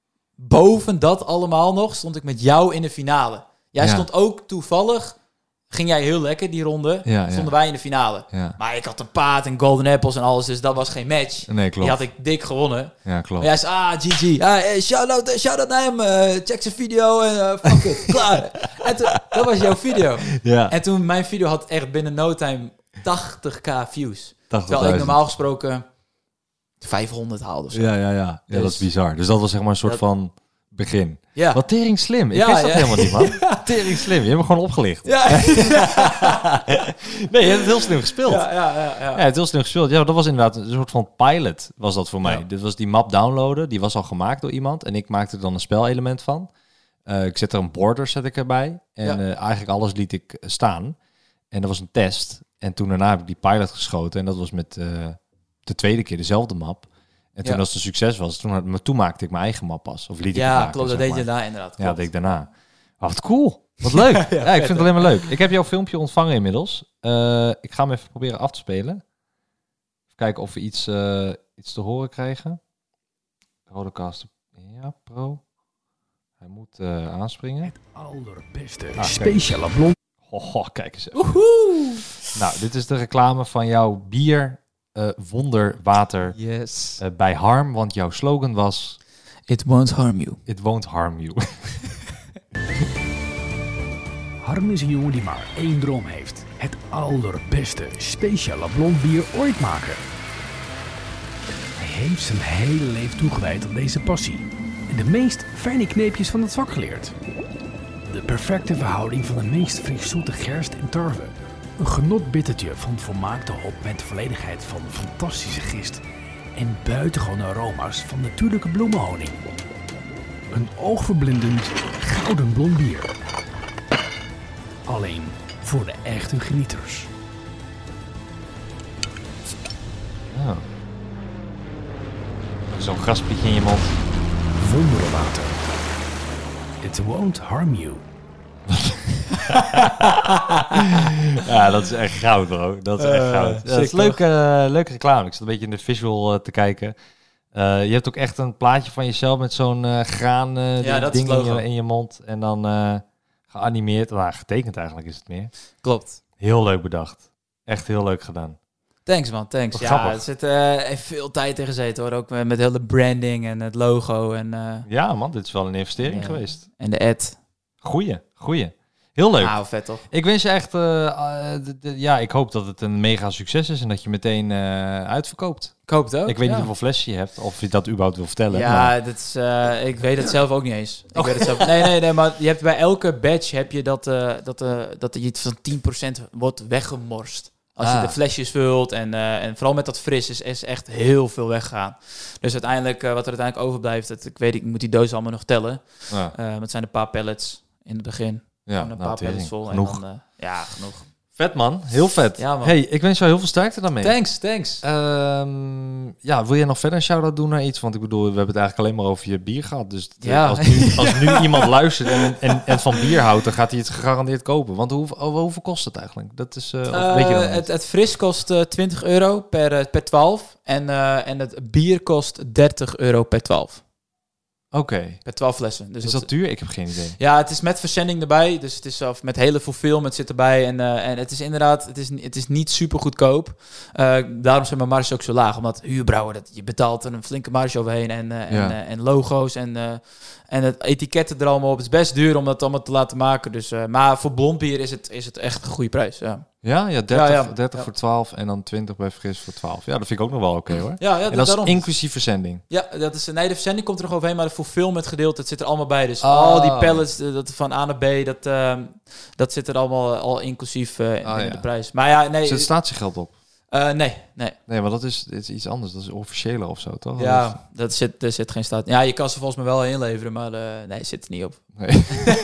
boven dat allemaal nog stond ik met jou in de finale. Jij ja. stond ook toevallig, ging jij heel lekker die ronde, ja, stonden ja. wij in de finale. Ja. Maar ik had een paard en golden apples en alles, dus dat was geen match. Nee, klopt. Die had ik dik gewonnen. Ja, klopt. Maar jij zei, ah, G G. Ah, hey, shout-out, shout-out naar hem. Uh, check zijn video en uh, fuck it, klaar. En toen, dat was jouw video. Ja. En toen, mijn video had echt binnen no time tachtig k views. tachtig Terwijl ik normaal gesproken vijfhonderd haalde of zo. Ja, ja, ja. ja dus, dat is bizar. Dus dat was zeg maar een soort dat, van begin. Ja. Wat tering slim. Ik ja, wist dat ja. helemaal niet, man. Ja. Tering slim. Je hebt me gewoon opgelicht. Ja. Nee, je hebt het heel slim gespeeld. Ja, ja, ja, ja. ja, het heel slim gespeeld. Ja, dat was inderdaad een soort van pilot, was dat voor mij. Ja. Dit was die map downloaden. Die was al gemaakt door iemand. En ik maakte er dan een spelelement van. Uh, ik zet er een border zet ik erbij. En ja. uh, eigenlijk alles liet ik staan. En dat was een test. En toen daarna heb ik die pilot geschoten. En dat was met uh, de tweede keer dezelfde map. En toen ja. als het een succes was, toen, toen maakte ik mijn eigen map pas. Of liet ik ja, maken, klopt. Dat zeg deed maar. je daarna inderdaad. Klopt. Ja, dat deed ik daarna. Oh, wat cool. Wat leuk. ja, ja, ik vind het alleen maar leuk. Ik heb jouw filmpje ontvangen inmiddels. Uh, ik ga hem even proberen af te spelen. Even kijken of we iets, uh, iets te horen krijgen. Rodecaster. Ja, pro. Hij moet uh, aanspringen. Het allerbeste ah, speciale blond. Oh, oh, kijk eens even. Woehoe. Nou, dit is de reclame van jouw bier uh, wonderwater yes. uh, bij Harm. Want jouw slogan was... It won't harm you. It won't harm you. Harm is een jongen die maar één droom heeft. Het allerbeste speciale blond bier ooit maken. Hij heeft zijn hele leven toegewijd aan deze passie. En de meest fijne kneepjes van het vak geleerd. De perfecte verhouding van de meest friszoete gerst en tarwe. Een genot bittertje van volmaakte hop met de volledigheid van fantastische gist. En buitengewone aroma's van natuurlijke bloemenhoning. Een oogverblindend gouden blond bier. Alleen voor de echte genieters. Oh. Zo'n graspietje in je mond. Wonderwater. It won't harm you. Ja, dat is echt goud, bro. Dat is echt Uh, goud. Ja, dat is leuke, uh, leuke reclame. Ik zat een beetje in de visual uh, te kijken. Uh, je hebt ook echt een plaatje van jezelf met zo'n uh, graan uh, ja, dat ding is in je, in je mond. En dan uh, geanimeerd. Nou, getekend eigenlijk is het meer. Klopt. Heel leuk bedacht. Echt heel leuk gedaan. Thanks man, thanks. Wat ja, grappig. er zit uh, veel tijd in gezeten hoor. Ook met, met heel de branding en het logo. En, uh, ja man, dit is wel een investering ja. geweest. En de ad. Goeie, goeie. Heel leuk. Nou, vet toch? Ik wens je echt... Uh, uh, de, de, ja, ik hoop dat het een mega succes is en dat je meteen uh, uitverkoopt. Ik hoop het ook. Ik weet ja. niet hoeveel flessen je hebt, of je dat überhaupt wil vertellen. Ja, maar... dat is, uh, ik weet het zelf ook niet eens. Ik Oh. weet het zelf. Nee, nee, nee, maar je hebt bij elke badge heb je dat, uh, dat, uh, dat er iets van tien procent wordt weggemorst. Als Ah. je de flesjes vult en, uh, en vooral met dat fris is, is echt heel veel weggaan. Dus uiteindelijk, uh, wat er uiteindelijk overblijft, dat, ik weet ik moet die doos allemaal nog tellen. Ja, Uh, het zijn een paar pallets in het begin. ja Gewoon een nou, paar tering. pallets vol. Genoeg. En dan, uh, ja, genoeg. Vet man, heel vet. Ja, man. Hey, ik wens jou heel veel sterkte daarmee. Thanks, thanks. Ehm, ja, wil jij nog verder een shout-out doen naar iets? Want ik bedoel, we hebben het eigenlijk alleen maar over je bier gehad. Dus het- Ja. als, nu, als nu iemand luistert en, en, en van bier houdt, dan gaat hij het gegarandeerd kopen. Want hoe, oh, hoeveel kost het eigenlijk? Dat is, uh, Uh, weet je dan niet? het, het fris kost uh, twintig euro per, uh, per twaalf. En, uh, en het bier kost dertig euro per twaalf. Oké. Per twaalf flessen. Dus Is dat duur? Ik heb geen idee. Ja, het is met verzending erbij. Dus het is uh, met hele fulfillment zit erbij. En, uh, en het is inderdaad, het is, het is niet super goedkoop. Uh, daarom zijn mijn marges ook zo laag. Omdat huurbrouwer, dat, je betaalt er een flinke marge overheen. En, uh, Ja. en, uh, en logo's en, uh, en het etiketten er allemaal op. Het is best duur om dat allemaal te laten maken. Dus, uh, maar voor blond bier is het, is het echt een goede prijs. Ja, Ja, ja, dertig, Ja, ja. dertig Ja. voor twaalf en dan twintig bij fris voor twaalf. Ja, dat vind ik ook nog wel oké hoor. ja, ja En dat daarom. is inclusief verzending. Ja, dat is, nee, de verzending komt er nog overheen, maar de fulfillment gedeelte, het zit er allemaal bij. Dus Ah. al die pallets uh, dat van A naar B, dat, uh, dat zit er allemaal uh, al inclusief uh, in, Ah, in ja. de prijs. Maar ja, nee. Zit statiegeld op? Uh, nee, nee. Nee, maar dat is, dit is iets anders. Dat is officiële of zo, toch? Ja, dat zit, er zit geen staat. Ja, je kan ze volgens mij wel inleveren, maar uh, nee, zit er niet op. Nee.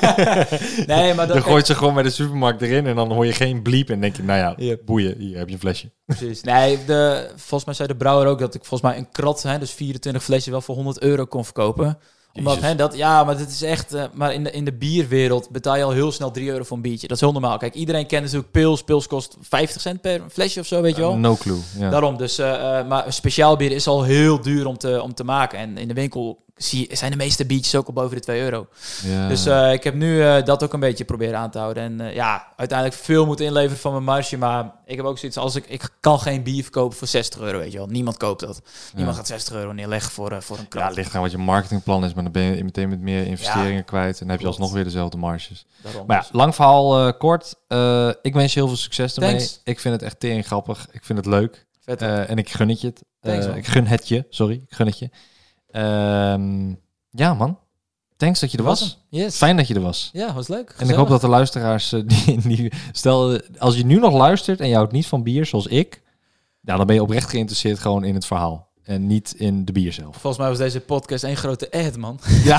Nee, maar dat Dan gooit ze gewoon bij de supermarkt erin en dan hoor je geen bliep en denk je, nou ja, Yep. boeien, hier heb je een flesje. precies. Nee, de, volgens mij zei de brouwer ook dat ik volgens mij een krat, hè, dus vierentwintig flesjes, wel voor honderd euro kon verkopen. Omdat, Jezus. hè, dat, ja, maar dit is echt... Uh, maar in de, in de bierwereld betaal je al heel snel drie euro voor een biertje. Dat is heel normaal. Kijk, iedereen kent natuurlijk pils. Pils kost vijftig cent per flesje of zo, weet je wel. Uh, no clue. Ja. Daarom, dus... Uh, uh, maar speciaal bier is al heel duur om te, om te maken. En in de winkel zie je, zijn de meeste biertjes ook al boven de twee euro. Ja. Dus uh, ik heb nu uh, dat ook een beetje proberen aan te houden. En uh, ja, uiteindelijk veel moeten inleveren van mijn marge. Maar ik heb ook zoiets als ik... Ik kan geen bier verkopen voor zestig euro, weet je wel. Niemand koopt dat. Niemand Ja. gaat zestig euro neerleggen voor, uh, voor een Ja, krat. het ligt aan wat je marketingplan is, maar dan ben je meteen met meer investeringen Ja, kwijt. En dan heb je klopt. alsnog weer dezelfde marges. Daarom. Maar ja, lang verhaal uh, kort. Uh, ik wens je heel veel succes ermee. Thanks. Ik vind het echt tering grappig. Ik vind het leuk. Vet. Uh, en ik gun het je. Uh, Thanks, man. ik gun het je, sorry. Ik gun het je. Ehm, ja, man. Thanks dat je er Was was. hem. Yes. Fijn dat je er was. Ja, was leuk. En ik Gezellig. hoop dat de luisteraars... uh, die, die, stel, als je nu nog luistert en je houdt niet van bier, zoals ik... Nou, dan ben je oprecht geïnteresseerd gewoon in het verhaal. En niet in de bier zelf. Volgens mij was deze podcast één grote ad, man. Ja.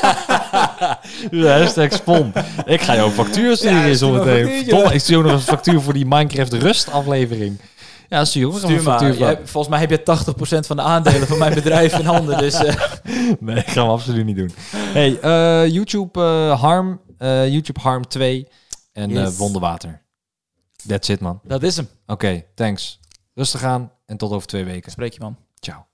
Hashtag spon. Ik ga jouw factuur sturen Ja, ja, stuur maar een zometeen. factuurtje. Verdomme, ik stuur ook nog een factuur voor die Minecraft Rust aflevering. Ja, stuur ook nog een Stuur maar. factuur. Je hebt- volgens mij heb je tachtig procent van de aandelen van mijn bedrijf in handen. Dus uh, Nee, dat gaan we absoluut niet doen. Hey, uh, YouTube uh, Harm. Uh, YouTube Harm twee. En Yes. uh, Wonderwater. That's it, man. dat is hem. Oké, okay, thanks. Rustig aan en tot over twee weken. Spreek je, man. Ciao.